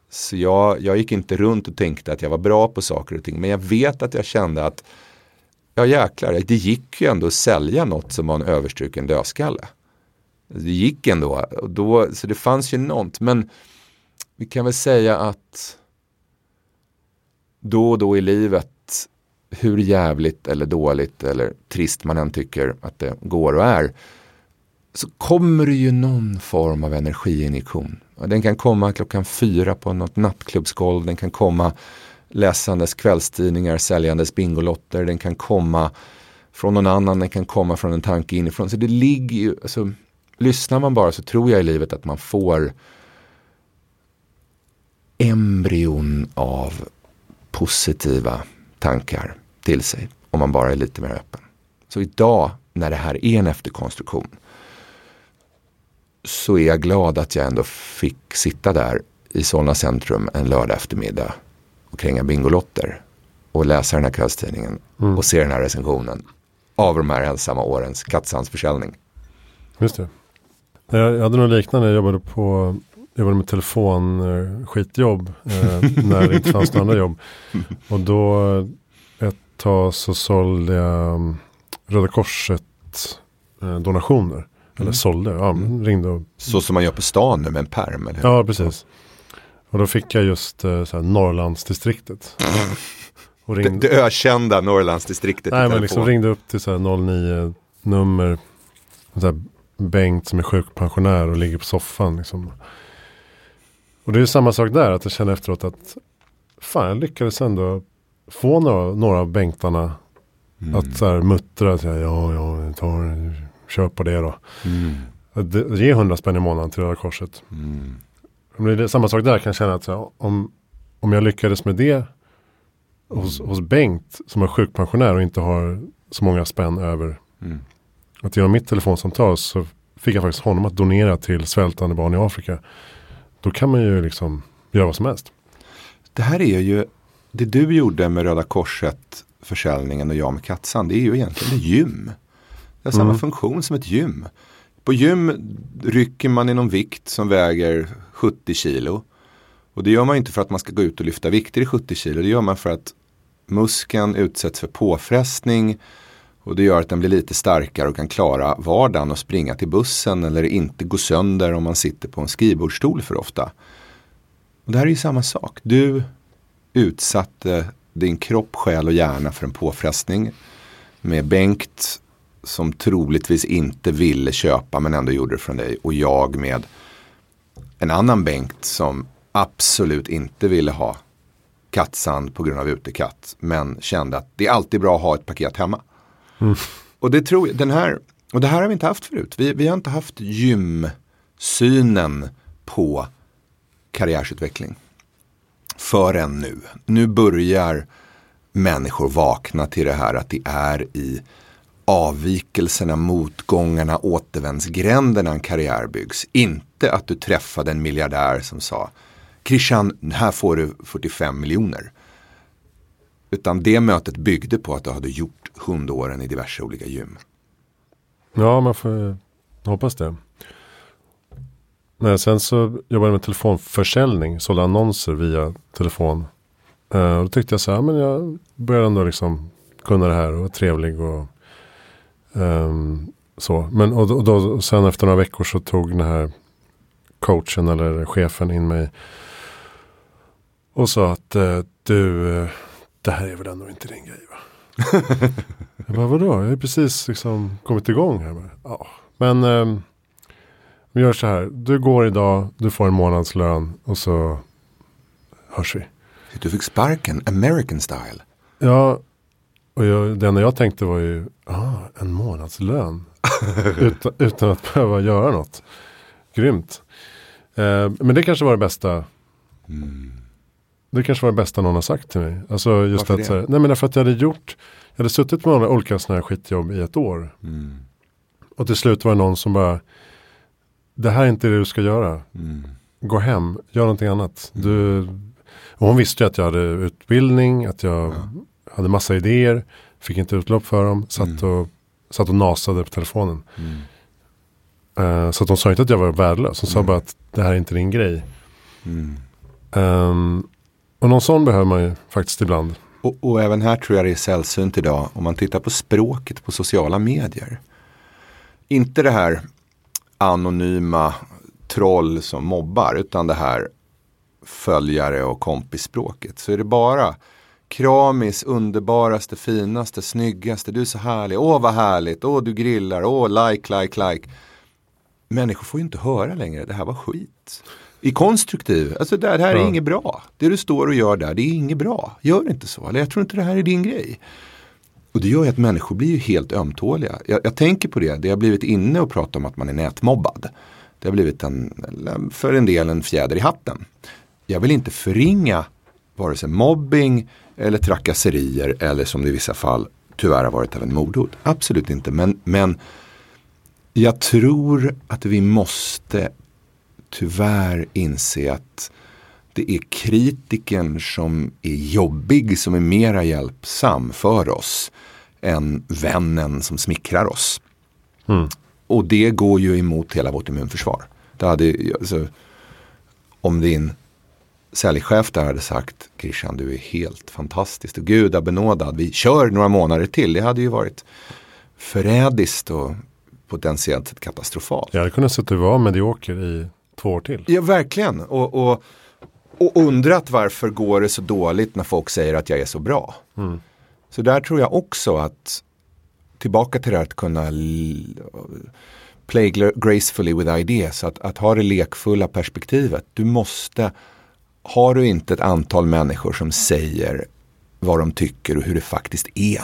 S1: Så jag gick inte runt och tänkte att jag var bra på saker och ting. Men jag vet att jag kände att ja jäklar, det gick ju ändå att sälja något som var en överstruken dödskalle. Det gick ändå. Och då, så det fanns ju något. Men vi kan väl säga att då och då i livet, hur jävligt eller dåligt eller trist man än tycker att det går och är, så kommer det ju någon form av energiinjektion. Den kan komma 4:00 på något nattklubbsgolv, den kan komma läsandes kvällstidningar, säljandes bingolotter, den kan komma från någon annan, den kan komma från en tanke inifrån. Så det ligger ju, alltså, lyssnar man bara så tror jag i livet att man får embryon av positiva tankar till sig om man bara är lite mer öppen. Så idag när det här är en efterkonstruktion så är jag glad att jag ändå fick sitta där i Solna centrum en lördag eftermiddag och kränga bingolotter och läsa den här kvällstidningen och se den här recensionen av de här ensamma årens kattsandsförsäljning.
S2: Just det. Jag hade något liknande. Jag jobbade med telefonskitjobb när det inte fanns några andra jobb. Och då ett tag så sålde jag Röda Korset donationer. Eller sålde, ringde och...
S1: Så som man gör på stan nu med en pärm, eller hur?
S2: Ja, precis. Och då fick jag just så här, Norrlandsdistriktet. Och ringde...
S1: det ökända Norrlandsdistriktet.
S2: Nej, men liksom ringde upp till så här 09-nummer. Så här Bengt som är sjukpensionär och ligger på soffan liksom. Och det är ju samma sak där, att jag känner efteråt att fan, jag lyckades ändå få några av Bengtarna att så här muttra, så här, ja, kör på det då. Ge 100 spänn i månaden till Röda Korset. Det är samma sak där, kan jag känna att så här, om jag lyckades med det hos Bengt som är sjukpensionär och inte har så många spänn över, att genom mitt telefonsamtal så fick jag faktiskt honom att donera till svältande barn i Afrika. Då kan man ju liksom göra vad som helst.
S1: Det här är ju, det du gjorde med Röda Korset försäljningen och jag med Katsan, det är ju egentligen ett gym. Det har samma funktion som ett gym. På gym rycker man i någon vikt som väger 70 kilo. Och det gör man inte för att man ska gå ut och lyfta vikter i 70 kilo. Det gör man för att muskeln utsätts för påfrestning. Och det gör att den blir lite starkare och kan klara vardagen och springa till bussen eller inte gå sönder om man sitter på en skrivbordsstol för ofta. Och det här är ju samma sak. Du utsatte din kropp, själ och hjärna för en påfrestning med Bengt som troligtvis inte ville köpa men ändå gjorde det från dig, och jag med en annan Bengt som absolut inte ville ha kattsand på grund av utekatt men kände att det är alltid bra att ha ett paket hemma. Och det tror jag, och det här har vi inte haft förut. Vi har inte haft gymsynen på karriärsutveckling förrän nu. Nu börjar människor vakna till det här att det är i avvikelserna, motgångarna, återvändsgränderna en karriär byggs. Inte att du träffade en miljardär som sa Christian, här får du 45 miljoner. Utan det mötet byggde på att du hade gjort 100 åren i diverse olika gym.
S2: Ja, man får hoppas det. Nej, sen så jobbade jag med telefonförsäljning, sålde annonser via telefon. Och då tyckte jag så här, men jag började ändå liksom kunna det här och vara trevlig och så. Men och då, sen efter några veckor så tog den här coachen eller chefen in mig och sa att det här är väl ändå inte din grej, va? Jag bara, vadå? Jag har precis liksom kommit igång här. Ja, men vi gör så här. Du går idag, du får en månadslön och så hörs vi.
S1: Du fick sparken, American style.
S2: Ja, och det enda jag tänkte var ju en månadslön. utan att behöva göra något. Grymt. Men det kanske var det bästa. Det kanske var det bästa någon har sagt till mig. Alltså just att så här, nej men därför att jag hade suttit med olika sådana här skitjobb i ett år. Och till slut var det någon som bara, det här är inte det du ska göra. Gå hem, gör någonting annat. Och hon visste ju att jag hade utbildning, att jag hade massa idéer, fick inte utlopp för dem, satt och nasade på telefonen. Så att de sa inte att jag var värdelös. De sa bara att det här är inte din grej. Och någon sån behöver man ju faktiskt ibland.
S1: Och även här tror jag det är sällsynt idag om man tittar på språket på sociala medier. Inte det här anonyma troll som mobbar, utan det här följare och kompisspråket. Så är det bara kramis, underbaraste, finaste, snyggaste, du är så härlig, åh vad härligt, åh du grillar, åh like. Människor får ju inte höra längre, det här var skit. I konstruktiv, alltså det här är inget bra. Det du står och gör där, det är inget bra. Gör inte så, eller jag tror inte det här är din grej. Och det gör ju att människor blir ju helt ömtåliga. Jag tänker på det har blivit inne och pratat om att man är nätmobbad. Det har blivit för en del en fjäder i hatten. Jag vill inte förringa vare sig mobbing eller trakasserier eller som det i vissa fall tyvärr har varit även mordhot. Absolut inte, men jag tror att vi måste tyvärr inse att det är kritiken som är jobbig, som är mera hjälpsam för oss än vännen som smickrar oss. Och det går ju emot hela vårt immunförsvar. Det hade, alltså, om din säljchef där hade sagt, Christian, du är helt fantastisk och gudabenådad, vi kör några månader till. Det hade ju varit förrädiskt och potentiellt sett katastrofalt.
S2: Jag hade kunnat sätta att vara medioker i 2 år till.
S1: Ja, verkligen. Och undrat varför går det så dåligt när folk säger att jag är så bra. Så där tror jag också att tillbaka till det att kunna play gracefully with ideas, att ha det lekfulla perspektivet. Du måste, har du inte ett antal människor som säger vad de tycker och hur det faktiskt är,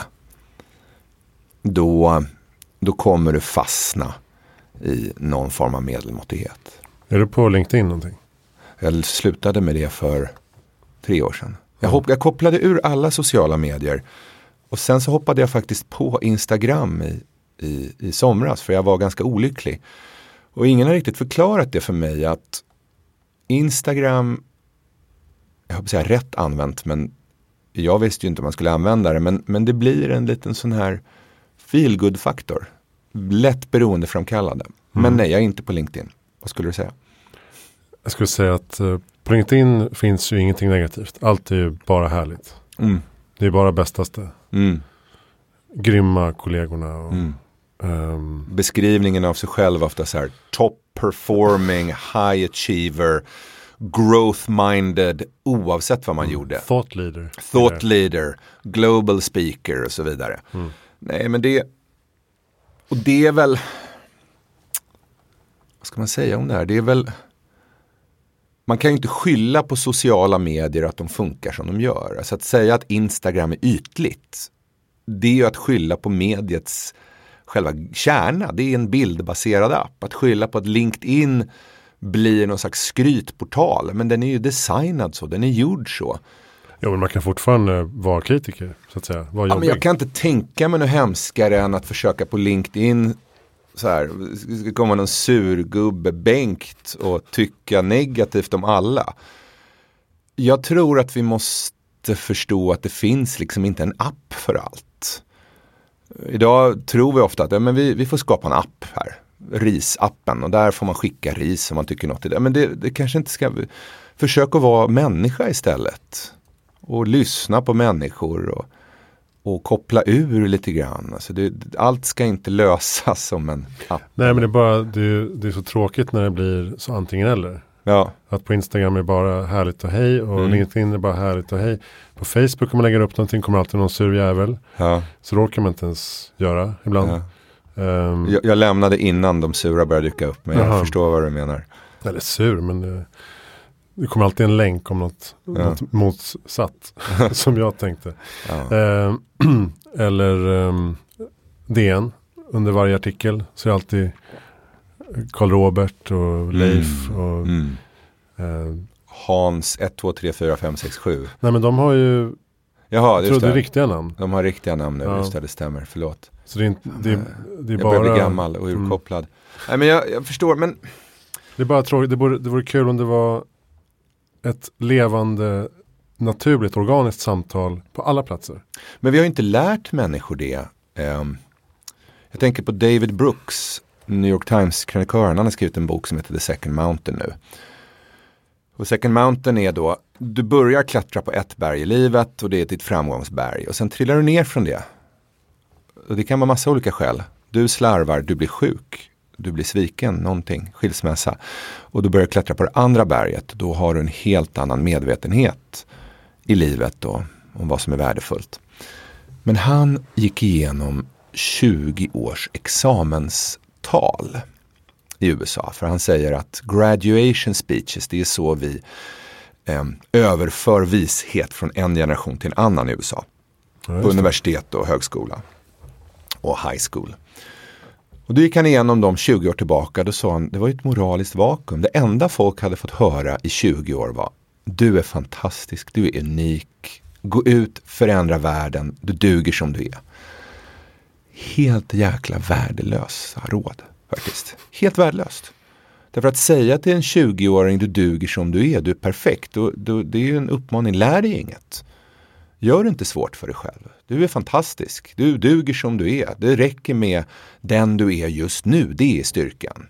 S1: då kommer du fastna i någon form av medelmåttighet.
S2: Är du på LinkedIn någonting?
S1: Jag slutade med det för 3 år sedan. Jag kopplade ur alla sociala medier. Och sen så hoppade jag faktiskt på Instagram i somras. För jag var ganska olycklig. Och ingen har riktigt förklarat det för mig. Att Instagram, jag hoppas säga rätt använt. Men jag visste ju inte om man skulle använda det. Men det blir en liten sån här feel-good-faktor. Lätt beroendeframkallande. Men nej, jag är inte på LinkedIn. Vad skulle du säga?
S2: Jag skulle säga att på LinkedIn finns ju ingenting negativt. Allt är ju bara härligt. Det är bara bästaste. Grymma kollegorna. Och,
S1: beskrivningen av sig själv ofta så här top performing, high achiever, growth minded, oavsett vad man gjorde. Thought leader, global speaker och så vidare. Nej, men det är väl, vad ska man säga om det här? Det är väl, man kan ju inte skylla på sociala medier att de funkar som de gör. Alltså att säga att Instagram är ytligt, det är ju att skylla på mediets själva kärna. Det är en bildbaserad app. Att skylla på att LinkedIn blir någon slags skrytportal. Men den är ju designad så, den är gjord så.
S2: Ja, men man kan fortfarande vara kritiker, så att säga. Ja,
S1: men jag kan inte tänka mig något hemskare än att försöka på LinkedIn så här, ska komma någon surgubbe bänkt och tycka negativt om alla. Jag tror att vi måste förstå att det finns liksom inte en app för allt. Idag tror vi ofta att men vi får skapa en app här. Risappen, och där får man skicka ris om man tycker något i det. Men det kanske inte ska, försök att vara människa istället. Och lyssna på människor och koppla ur lite grann. Alltså allt ska inte lösas som en app.
S2: Nej, men det är så tråkigt när det blir så antingen eller.
S1: Ja.
S2: Att på Instagram är bara härligt och hej och LinkedIn är bara härligt och hej. På Facebook om man lägger upp någonting kommer alltid någon sur jävel. Ja. Så då kan man inte ens göra ibland.
S1: Ja. Jag lämnade innan de sura började dyka upp, men jag förstår vad du menar.
S2: Eller sur, men det kommer alltid en länk om något motsatt som jag tänkte. Ja. Eller DN under varje artikel så är alltid Karl Robert och Leif och
S1: Hans 1, 2, 3, 4, 5, 6, 7.
S2: Nej, men de har ju
S1: jag
S2: tror det är riktiga namn.
S1: De har riktiga namn nu, just det stämmer, förlåt.
S2: Så det är
S1: jag
S2: bara...
S1: börjar bli gammal och urkopplad. Nej, men jag förstår, men...
S2: Det är bara tråkigt, det vore kul om det var ett levande, naturligt, organiskt samtal på alla platser.
S1: Men vi har ju inte lärt människor det. Jag tänker på David Brooks, New York Times-krönikören. Han har skrivit en bok som heter The Second Mountain nu. Och Second Mountain är då, du börjar klättra på ett berg i livet och det är ditt framgångsberg. Och sen trillar du ner från det. Och det kan vara massa olika skäl. Du slarvar, du blir sjuk, du blir sviken, någonting, skilsmässa. Och du börjar klättra på det andra berget. Då har du en helt annan medvetenhet i livet då, om vad som är värdefullt. Men han gick igenom 20 års examenstal i USA. För han säger att graduation speeches, det är så vi överför vishet från en generation till en annan i USA. På universitet och högskola och high school. Och då gick han igenom de 20 år tillbaka. Då sa han, det var ett moraliskt vakuum. Det enda folk hade fått höra i 20 år var, du är fantastisk, du är unik. Gå ut, förändra världen, du duger som du är. Helt jäkla värdelösa råd faktiskt. Helt värdelöst. Därför att säga till en 20-åring, du duger som du är perfekt. Det är ju en uppmaning, lär dig inget. Gör det inte svårt för dig själv. Du är fantastisk, du duger som du är. Det räcker med den du är just nu, det är styrkan.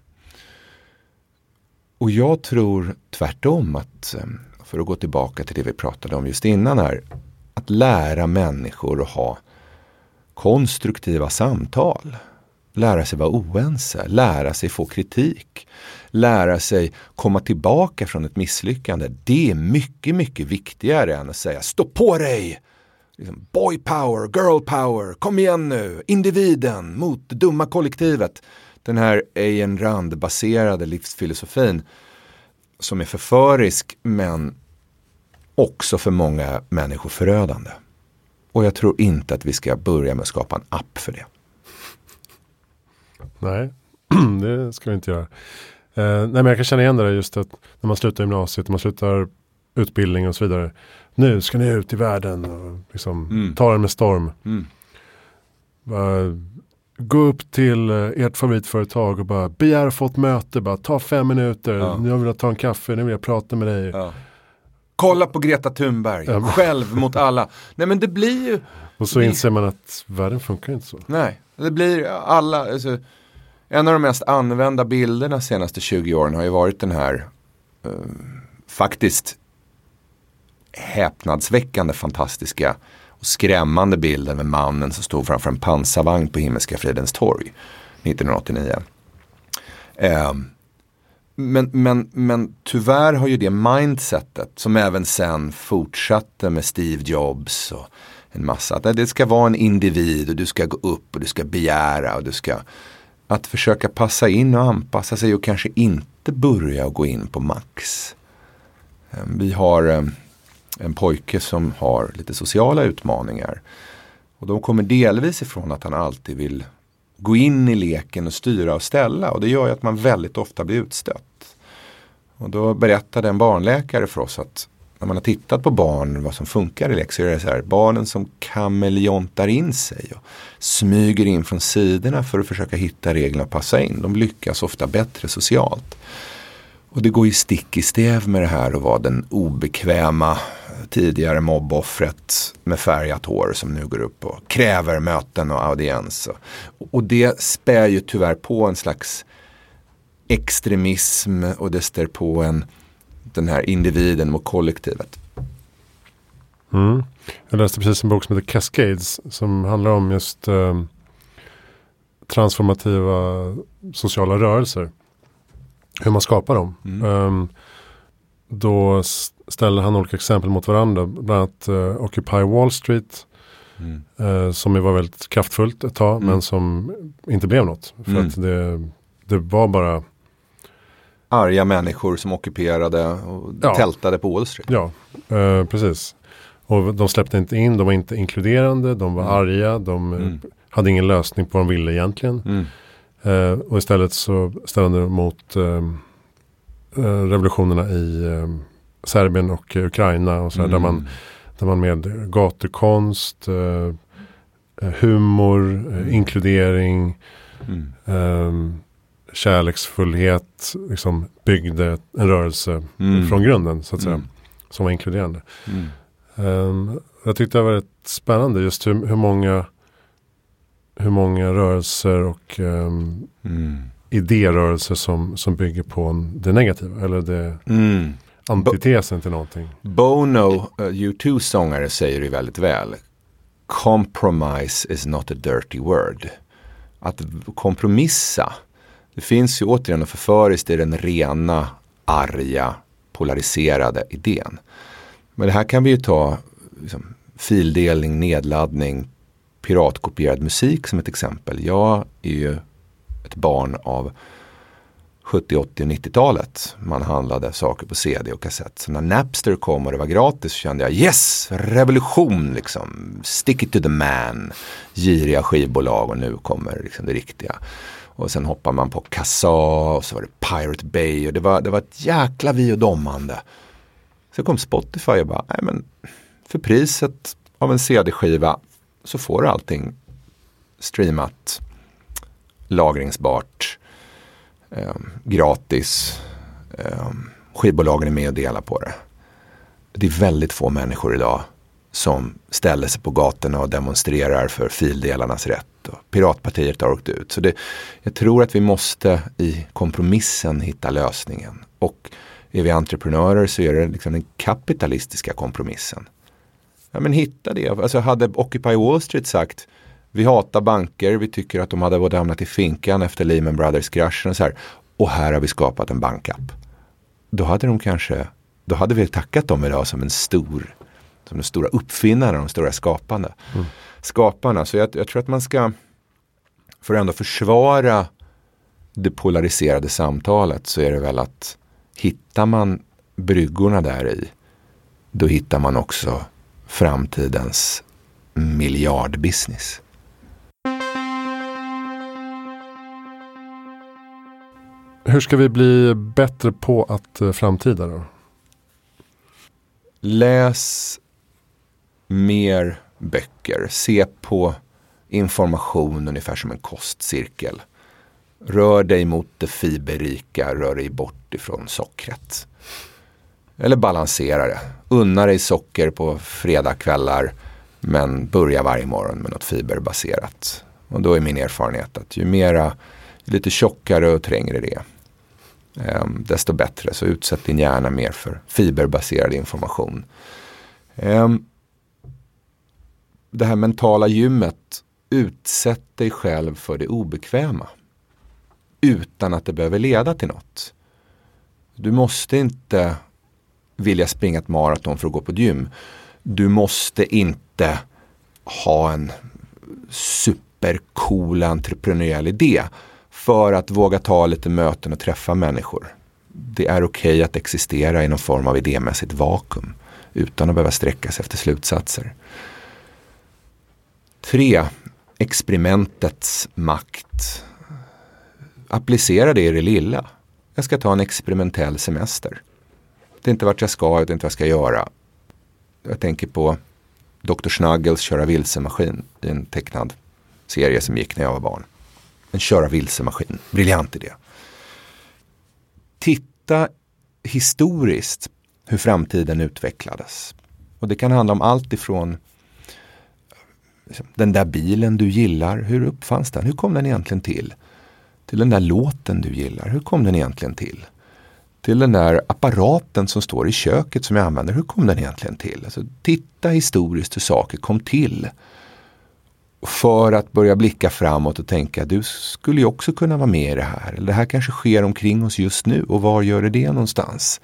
S1: Och jag tror tvärtom att, för att gå tillbaka till det vi pratade om just innan här, att lära människor att ha konstruktiva samtal. Lära sig vara oense, lära sig få kritik, lära sig komma tillbaka från ett misslyckande. Det är mycket, mycket viktigare än att säga stå på dig! Liksom, boy power, girl power, kom igen nu, individen mot det dumma kollektivet. Den här Ayn Rand-baserade livsfilosofin som är förförisk men också för många människor förödande. Och jag tror inte att vi ska börja med att skapa en app för det.
S2: Nej, det ska vi inte göra. Nej, men jag kan känna igen det där just att när man slutar gymnasiet, när man slutar utbildning och så vidare. Nu ska ni ut i världen och liksom ta den med storm. Bara, gå upp till ert favoritföretag och bara begär att få ett möte. Bara ta 5 minuter. Ja. Nu vill jag ta en kaffe, nu vill jag prata med dig. Ja.
S1: Kolla på Greta Thunberg. Själv mot alla. Nej, men det blir ju...
S2: Och så inser man att världen funkar inte så.
S1: Nej, det blir alla... Alltså, en av de mest använda bilderna de senaste 20 åren har ju varit den här faktiskt häpnadsväckande, fantastiska och skrämmande bilden med mannen som stod framför en pansarvagn på Himmelska fridens torg 1989. Men tyvärr har ju det mindsetet som även sen fortsatte med Steve Jobs och en massa, att det ska vara en individ och du ska gå upp och du ska begära och du ska att försöka passa in och anpassa sig och kanske inte börja gå in på max. Vi har en pojke som har lite sociala utmaningar och de kommer delvis ifrån att han alltid vill gå in i leken och styra och ställa, och det gör ju att man väldigt ofta blir utstött. Och då berättade en barnläkare för oss att när man har tittat på barn, vad som funkar i lek, så är det så här, barnen som kameleontar in sig och smyger in från sidorna för att försöka hitta reglerna och passa in, de lyckas ofta bättre socialt. Och det går ju stick i stäv med det här att vara den obekväma tidigare mobboffret med färgat hår som nu går upp och kräver möten och audiens. Och det spär ju tyvärr på en slags extremism och det stär på den här individen mot kollektivet.
S2: Jag läste precis en bok som heter Cascades som handlar om just transformativa sociala rörelser. Hur man skapar dem. Då ställer han olika exempel mot varandra. Bland annat Occupy Wall Street. Som var väldigt kraftfullt ett tag. Men som inte blev något. För att det var bara...
S1: arga människor som ockuperade och tältade på Wall Street.
S2: Ja, precis. Och de släppte inte in. De var inte inkluderande. De var arga. De hade ingen lösning på vad de ville egentligen. Och istället så ställde de mot revolutionerna i Serbien och Ukraina och så där man med gatukonst, humor, inkludering, kärleksfullhet liksom byggde en rörelse från grunden så att säga, som var inkluderande. Jag tyckte det var rätt spännande just hur många rörelser och idérörelser som bygger på det negativa eller antitesen till någonting.
S1: Bono, U2-sångare, säger det väldigt väl. Compromise is not a dirty word. Att kompromissa, det finns ju återigen och förföriskt i den rena, arga, polariserade idén. Men det här kan vi ju ta liksom, fildelning, nedladdning, piratkopierad musik som ett exempel. Jag är ju ett barn av 70, 80 och 90-talet. Man handlade saker på CD och kassett. Så när Napster kom och det var gratis så kände jag yes, revolution liksom. Stick it to the man. Giriga skivbolag och nu kommer liksom det riktiga. Och sen hoppar man på Kassa och så var det Pirate Bay och det var ett jäkla vi och domande. Så kom Spotify och bara, nej men för priset av en CD-skiva så får du allting streamat, lagringsbart, gratis, skivbolagen är med och delar på det. Det är väldigt få människor idag som ställer sig på gatorna och demonstrerar för fildelarnas rätt. Och Piratpartiet har åkt ut. Så jag tror att vi måste i kompromissen hitta lösningen. Och är vi entreprenörer så är det liksom den kapitalistiska kompromissen. Ja men hitta det. Alltså hade Occupy Wall Street sagt vi hatar banker, vi tycker att de hade både hamnat i finkan efter Lehman Brothers-kraschen och så här. Och här har vi skapat en bankapp. Då hade vi tackat dem idag som de stora uppfinnarna, de stora skaparna. Så jag tror att man ska, för att ändå försvara det polariserade samtalet, så är det väl att hittar man bryggorna där i, då hittar man också framtidens miljardbusiness.
S2: Hur ska vi bli bättre på att framtida då?
S1: Läs mer böcker. Se på information ungefär som en kostcirkel. Rör dig mot det fiberrika, rör dig bort ifrån sockret. Eller balansera det. Unna dig socker på fredagskvällar men börja varje morgon med något fiberbaserat. Och då är min erfarenhet att ju mera, lite tjockare och trängre det är, desto bättre. Så utsätt din hjärna mer för fiberbaserad information. Det här mentala gymmet, utsätt dig själv för det obekväma utan att det behöver leda till något. Du måste inte vilja springa ett maraton för att gå på ett gym. Du måste inte ha en supercool entreprenöriell idé för att våga ta lite möten och träffa människor. Det är okej att existera i någon form av idémässigt vakuum utan att behöva sträcka sig efter slutsatser. 3. Experimentets makt. Applicera det i det lilla. Jag ska ta en experimentell semester. Det är inte vart jag ska, det är inte vad jag ska göra. Jag tänker på Dr. Snuggles köra vilsemaskin i en tecknad serie som gick när jag var barn. En köra vilsemaskin. Briljant idé. Titta historiskt hur framtiden utvecklades. Och det kan handla om allt ifrån den där bilen du gillar. Hur uppfanns den? Hur kom den egentligen till? Till den där låten du gillar. Hur kom den egentligen till? Till den där apparaten som står i köket som jag använder. Hur kom den egentligen till? Alltså, titta historiskt hur saker kom till. För att börja blicka framåt och tänka, du skulle ju också kunna vara med i det här. Eller det här kanske sker omkring oss just nu. Och var gör det någonstans?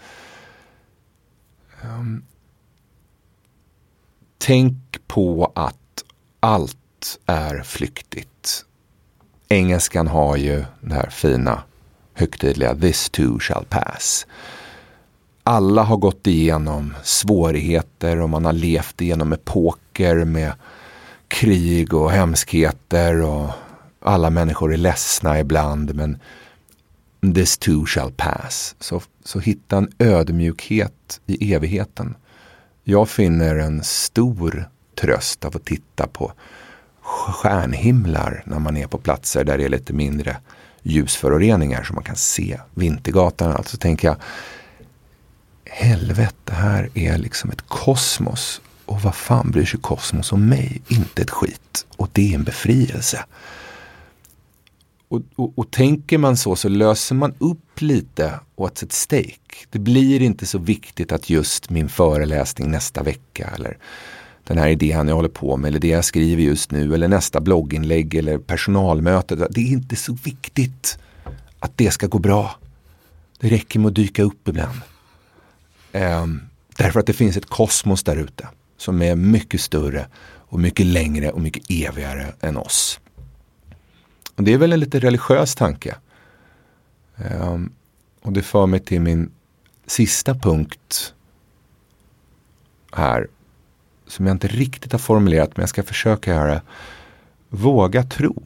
S1: Tänk på att allt är flyktigt. Engelskan har ju det här fina, högtidliga this too shall pass. Alla har gått igenom svårigheter och man har levt igenom epoker med krig och hemskheter och alla människor är ledsna ibland, men this too shall pass. Så hitta en ödmjukhet i evigheten. Jag finner en stor tröst av att titta på stjärnhimlar när man är på platser där det är lite mindre ljusföroreningar som man kan se Vintergatan. Alltså tänker jag, helvete, här är liksom ett kosmos. Och vad fan bryr sig kosmos om mig? Inte ett skit. Och det är en befrielse. Och tänker man så löser man upp lite åt ett stake. Det blir inte så viktigt att just min föreläsning nästa vecka eller den här idén jag håller på med eller det jag skriver just nu eller nästa blogginlägg eller personalmöte. Det är inte så viktigt att det ska gå bra. Det räcker med att dyka upp ibland. Därför att det finns ett kosmos där ute som är mycket större och mycket längre och mycket evigare än oss. Och det är väl en lite religiös tanke. Och det för mig till min sista punkt här som jag inte riktigt har formulerat men jag ska försöka göra. Våga tro.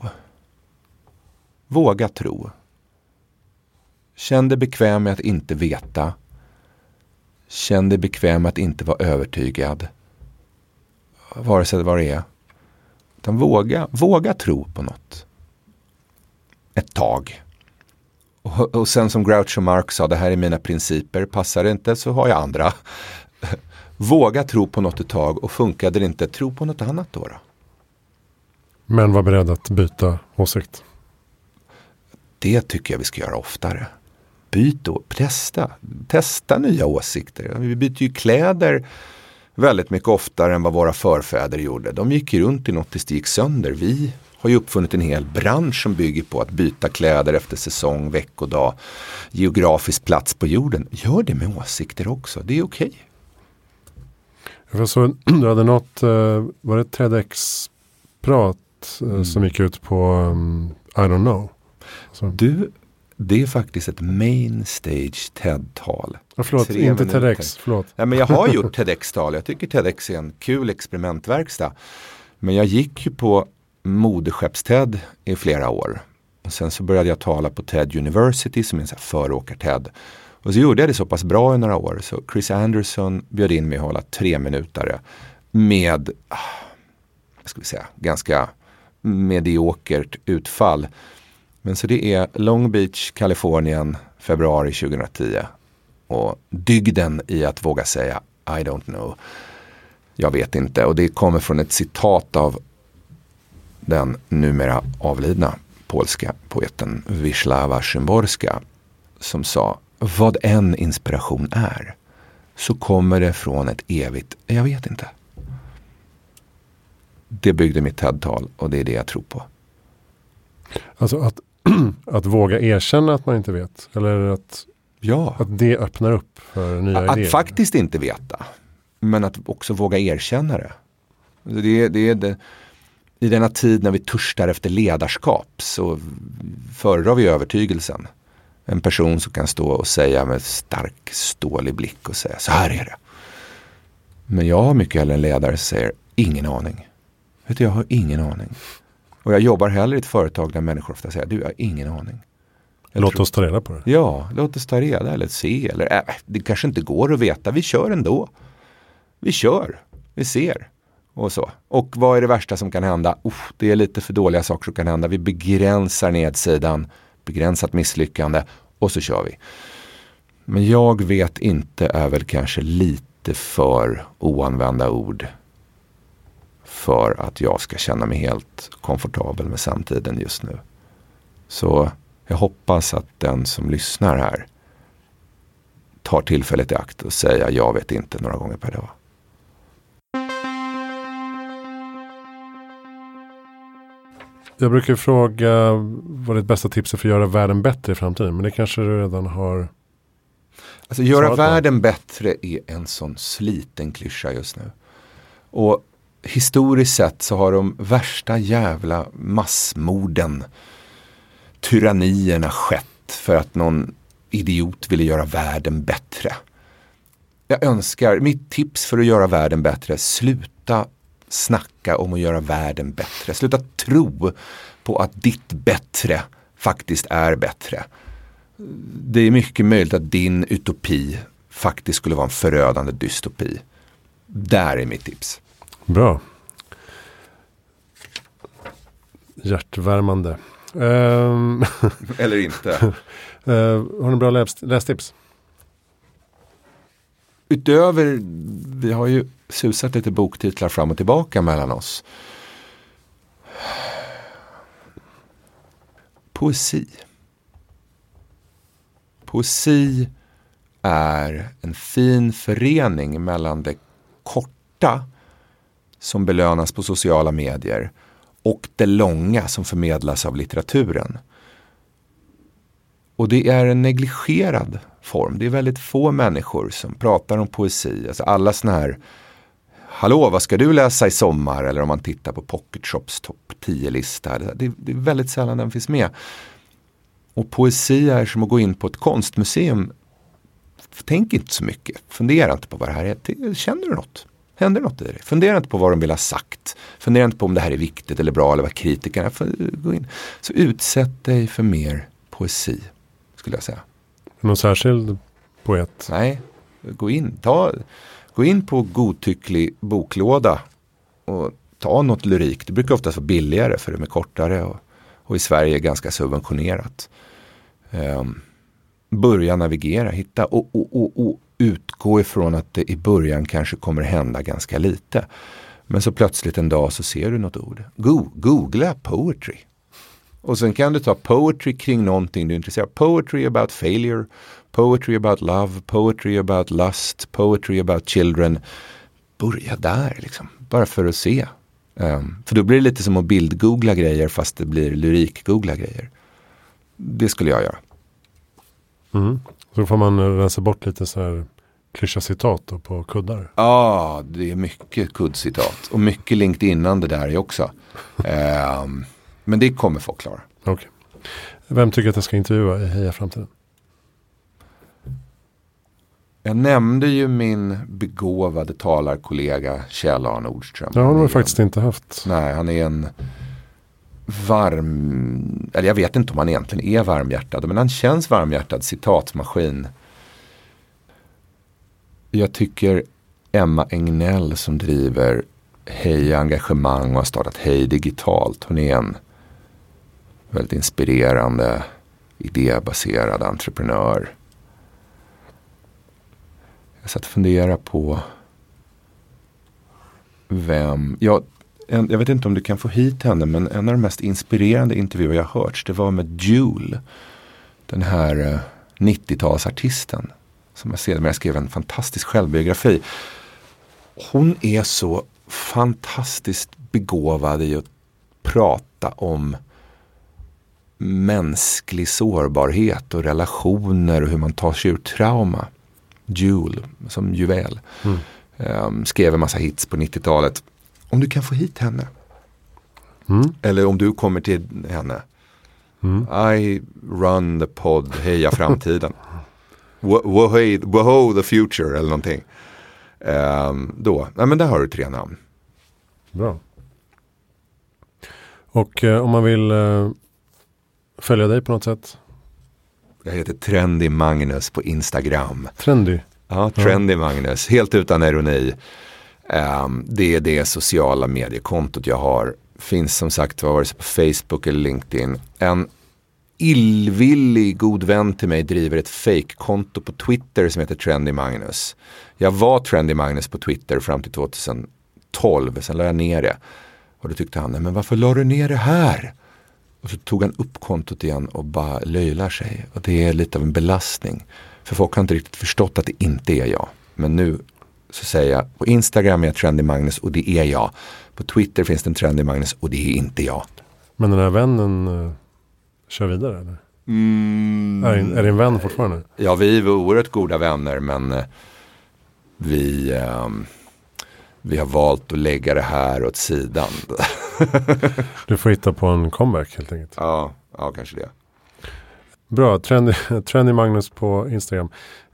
S1: Våga tro. Känn dig bekväm med att inte veta. Känn dig bekväm med att inte vara övertygad. Vare sig vad det är. Utan våga tro på något. Ett tag. Och sen som Groucho Marx sa, det här är mina principer. Passar det inte så har jag andra. Våga tro på något ett tag och funkar det inte, tro på något annat då.
S2: Men var beredd att byta åsikt.
S1: Det tycker jag vi ska göra oftare. Byt och testa nya åsikter. Vi byter ju kläder väldigt mycket oftare än vad våra förfäder gjorde. De gick runt i något tills det gick sönder. Vi har ju uppfunnit en hel bransch som bygger på att byta kläder efter säsong, veckodag, geografisk plats på jorden. Gör det med åsikter också, det är okej.
S2: Jag såg, du hade något, var det TEDx-prat som gick ut på I don't know? Så.
S1: Det är faktiskt ett main stage TED-tal.
S2: Förlåt, inte TEDx, förlåt.
S1: Ja, men jag har gjort TEDx-tal, jag tycker TEDx är en kul experimentverkstad. Men jag gick ju på modeskeppsted i flera år. Och sen så började jag tala på TED University som är en sån här föråkar-TED. Och så gjorde jag det så pass bra i några år. Så Chris Anderson bjöd in mig att hålla 3 minuter med, ska vi säga, ganska mediokert utfall. Men så det är Long Beach, Kalifornien, februari 2010. Och dygden i att våga säga I don't know. Jag vet inte. Och det kommer från ett citat av den numera avlidna polska poeten Wisława Szymborska som sa: vad en inspiration är så kommer det från ett evigt jag vet inte. Det byggde mitt TED-tal och det är det jag tror på.
S2: Alltså att våga erkänna att man inte vet, eller att det öppnar upp för nya idéer.
S1: Att faktiskt inte veta, men att också våga erkänna det. Det i denna tid när vi törstar efter ledarskap så föredrar vi övertygelsen. En person som kan stå och säga med stark stålig blick och säga så här är det. Men jag har mycket hellre en ledare som säger ingen aning. Vet du, jag har ingen aning. Och jag jobbar hellre i ett företag där människor ofta säger du har ingen aning.
S2: Låt oss ta reda på det.
S1: Ja, låt oss ta reda eller se. Eller det kanske inte går att veta. Vi kör ändå. Vi kör. Vi ser. Och så. Och vad är det värsta som kan hända? Det är lite för dåliga saker som kan hända. Vi begränsar nedsidan. Begränsat misslyckande. Och så kör vi. Men jag vet inte är väl kanske lite för oanvända ord. För att jag ska känna mig helt komfortabel med samtiden just nu. Så jag hoppas att den som lyssnar här tar tillfället i akt och säger jag vet inte några gånger per dag.
S2: Jag brukar fråga vad ditt bästa tips är för att göra världen bättre i framtiden. Men det kanske du redan har.
S1: Alltså göra världen bättre är en sån sliten klyscha just nu. Och historiskt sett så har de värsta jävla massmorden, tyrannierna skett för att någon idiot ville göra världen bättre. Jag önskar, mitt tips för att göra världen bättre, sluta snacka om att göra världen bättre. Sluta tro på att ditt bättre faktiskt är bättre. Det är mycket möjligt att din utopi faktiskt skulle vara en förödande dystopi. Där är mitt tips.
S2: Bra. Hjärtvärmande.
S1: Eller inte.
S2: Har ni bra lästips?
S1: Utöver, vi har ju susat lite boktitlar fram och tillbaka mellan oss. poesi. Poesi är en fin förening mellan det korta som belönas på sociala medier och det långa som förmedlas av litteraturen. Och det är en negligerad form. Det är väldigt få människor som pratar om poesi. Alltså alla såna här, hallå, vad ska du läsa i sommar? Eller om man tittar på Pocket Shops topp 10-lista. Det är väldigt sällan den finns med. Och poesi är som att gå in på ett konstmuseum. Tänk inte så mycket. Fundera inte på vad det här är. Känner du något? Händer något i det? Fundera inte på vad de vill ha sagt. Fundera inte på om det här är viktigt eller bra eller vad kritikerna gå in. Så utsätt dig för mer poesi, skulle jag säga.
S2: Någon särskild poet?
S1: Nej, gå in på godtycklig boklåda och ta något lyrik. Det brukar oftast vara billigare för de är kortare och i Sverige är ganska subventionerat. Börja navigera, hitta och utgå ifrån att det i början kanske kommer hända ganska lite. Men så plötsligt en dag så ser du något ord. Googla poetry. Och sen kan du ta poetry kring någonting du är intresserad av. Poetry about failure, poetry about love, poetry about lust, poetry about children. Börja där liksom, bara för att se. För då blir det lite som att bildgoogla grejer fast det blir lyrikgoogla grejer. Det skulle jag göra.
S2: Så får man rensa bort lite så här klyscha citat då på kuddar.
S1: Ja, det är mycket kuddcitat. Och mycket LinkedIn-ande där är också. Men det kommer folk klara.
S2: Okay. Vem tycker att jag ska intervjua i Heja Framtiden?
S1: Jag nämnde ju min begåvade talarkollega Kjell-A Nordström.
S2: Ja, han har faktiskt inte haft.
S1: Nej, han är en eller jag vet inte om han egentligen är varmhjärtad, men han känns varmhjärtad, citatmaskin. Jag tycker Emma Egnell som driver Hej Engagemang och har startat Hej Digitalt. Hon är en väldigt inspirerande, idébaserad entreprenör. Jag satt och funderade på vem... Jag vet inte om du kan få hit henne, men en av de mest inspirerande intervjuer jag hört, det var med Jule, den här 90-talsartisten som jag sedermera skrev en fantastisk självbiografi. Hon är så fantastiskt begåvad i att prata om mänsklig sårbarhet och relationer och hur man tar sig ur trauma. Jule, som juvel. Skrev en massa hits på 90-talet. Om du kan få hit henne. Eller om du kommer till henne. I run the pod, Heja Framtiden. Woho the future eller någonting. Då. Ja, men där har du 3 namn.
S2: Bra. Och om man vill följa dig på något sätt?
S1: Jag heter Trendy Magnus på Instagram.
S2: Trendy?
S1: Ja, Trendy Magnus. Helt utan ironi. Det är det sociala mediekontot jag har. Finns som sagt vare sig på Facebook eller LinkedIn. En illvillig god vän till mig driver ett fake-konto på Twitter som heter Trendy Magnus. Jag var Trendy Magnus på Twitter fram till 2012. Sen la jag ner det. Och då tyckte han, men varför la du ner det här? Och så tog han upp kontot igen och bara löjlar sig. Och det är lite av en belastning. För folk har inte riktigt förstått att det inte är jag. Men nu så säger jag, på Instagram är jag Trendy Magnus och det är jag. På Twitter finns det en Trendy Magnus och det är inte jag.
S2: Men den här vännen kör vidare eller? Är din vän fortfarande?
S1: Ja, vi var oerhört goda vänner, men vi har valt att lägga det här åt sidan.
S2: Du får hitta på en comeback helt enkelt.
S1: Ja, kanske det.
S2: Bra, Trendy Magnus på Instagram.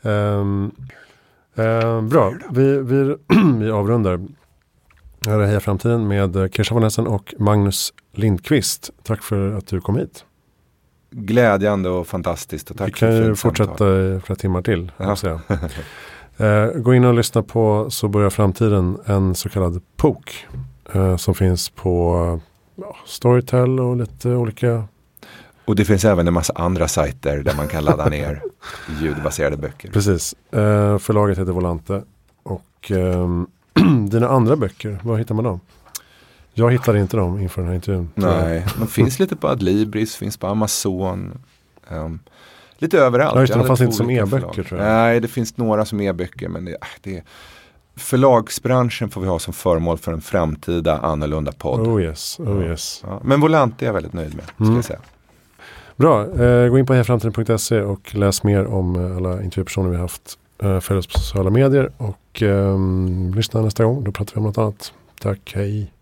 S2: Bra, vi avrundar här är Heja Framtiden med Kirsa von Essen och Magnus Lindqvist. Tack för att du kom hit.
S1: Glädjande och fantastiskt. Och tack.
S2: Vi kan ju fortsätta i flera timmar till. Gå in och lyssna på Så börjar framtiden, en så kallad POK som finns på Storytel och lite olika.
S1: Och det finns även en massa andra sajter där man kan ladda ner ljudbaserade böcker.
S2: Precis. Förlaget heter Volante. Och dina andra böcker, var hittar man dem? Jag hittade inte dem inför den här intervjun.
S1: Nej, de finns lite på Adlibris, finns på Amazon. Lite överallt.
S2: Ja, just det, de fanns inte som e-böcker tror jag.
S1: Nej, det finns några som e-böcker, men det förlagsbranschen får vi ha som föremål för en framtida annorlunda podd.
S2: Oh yes.
S1: Ja, men Volanti är jag väldigt nöjd med, ska jag säga.
S2: Bra, gå in på hejaframtiden.se och läs mer om alla intervjupersoner vi har haft. Följ oss på sociala medier och lyssna nästa gång. Då pratar vi om något annat. Tack, hej.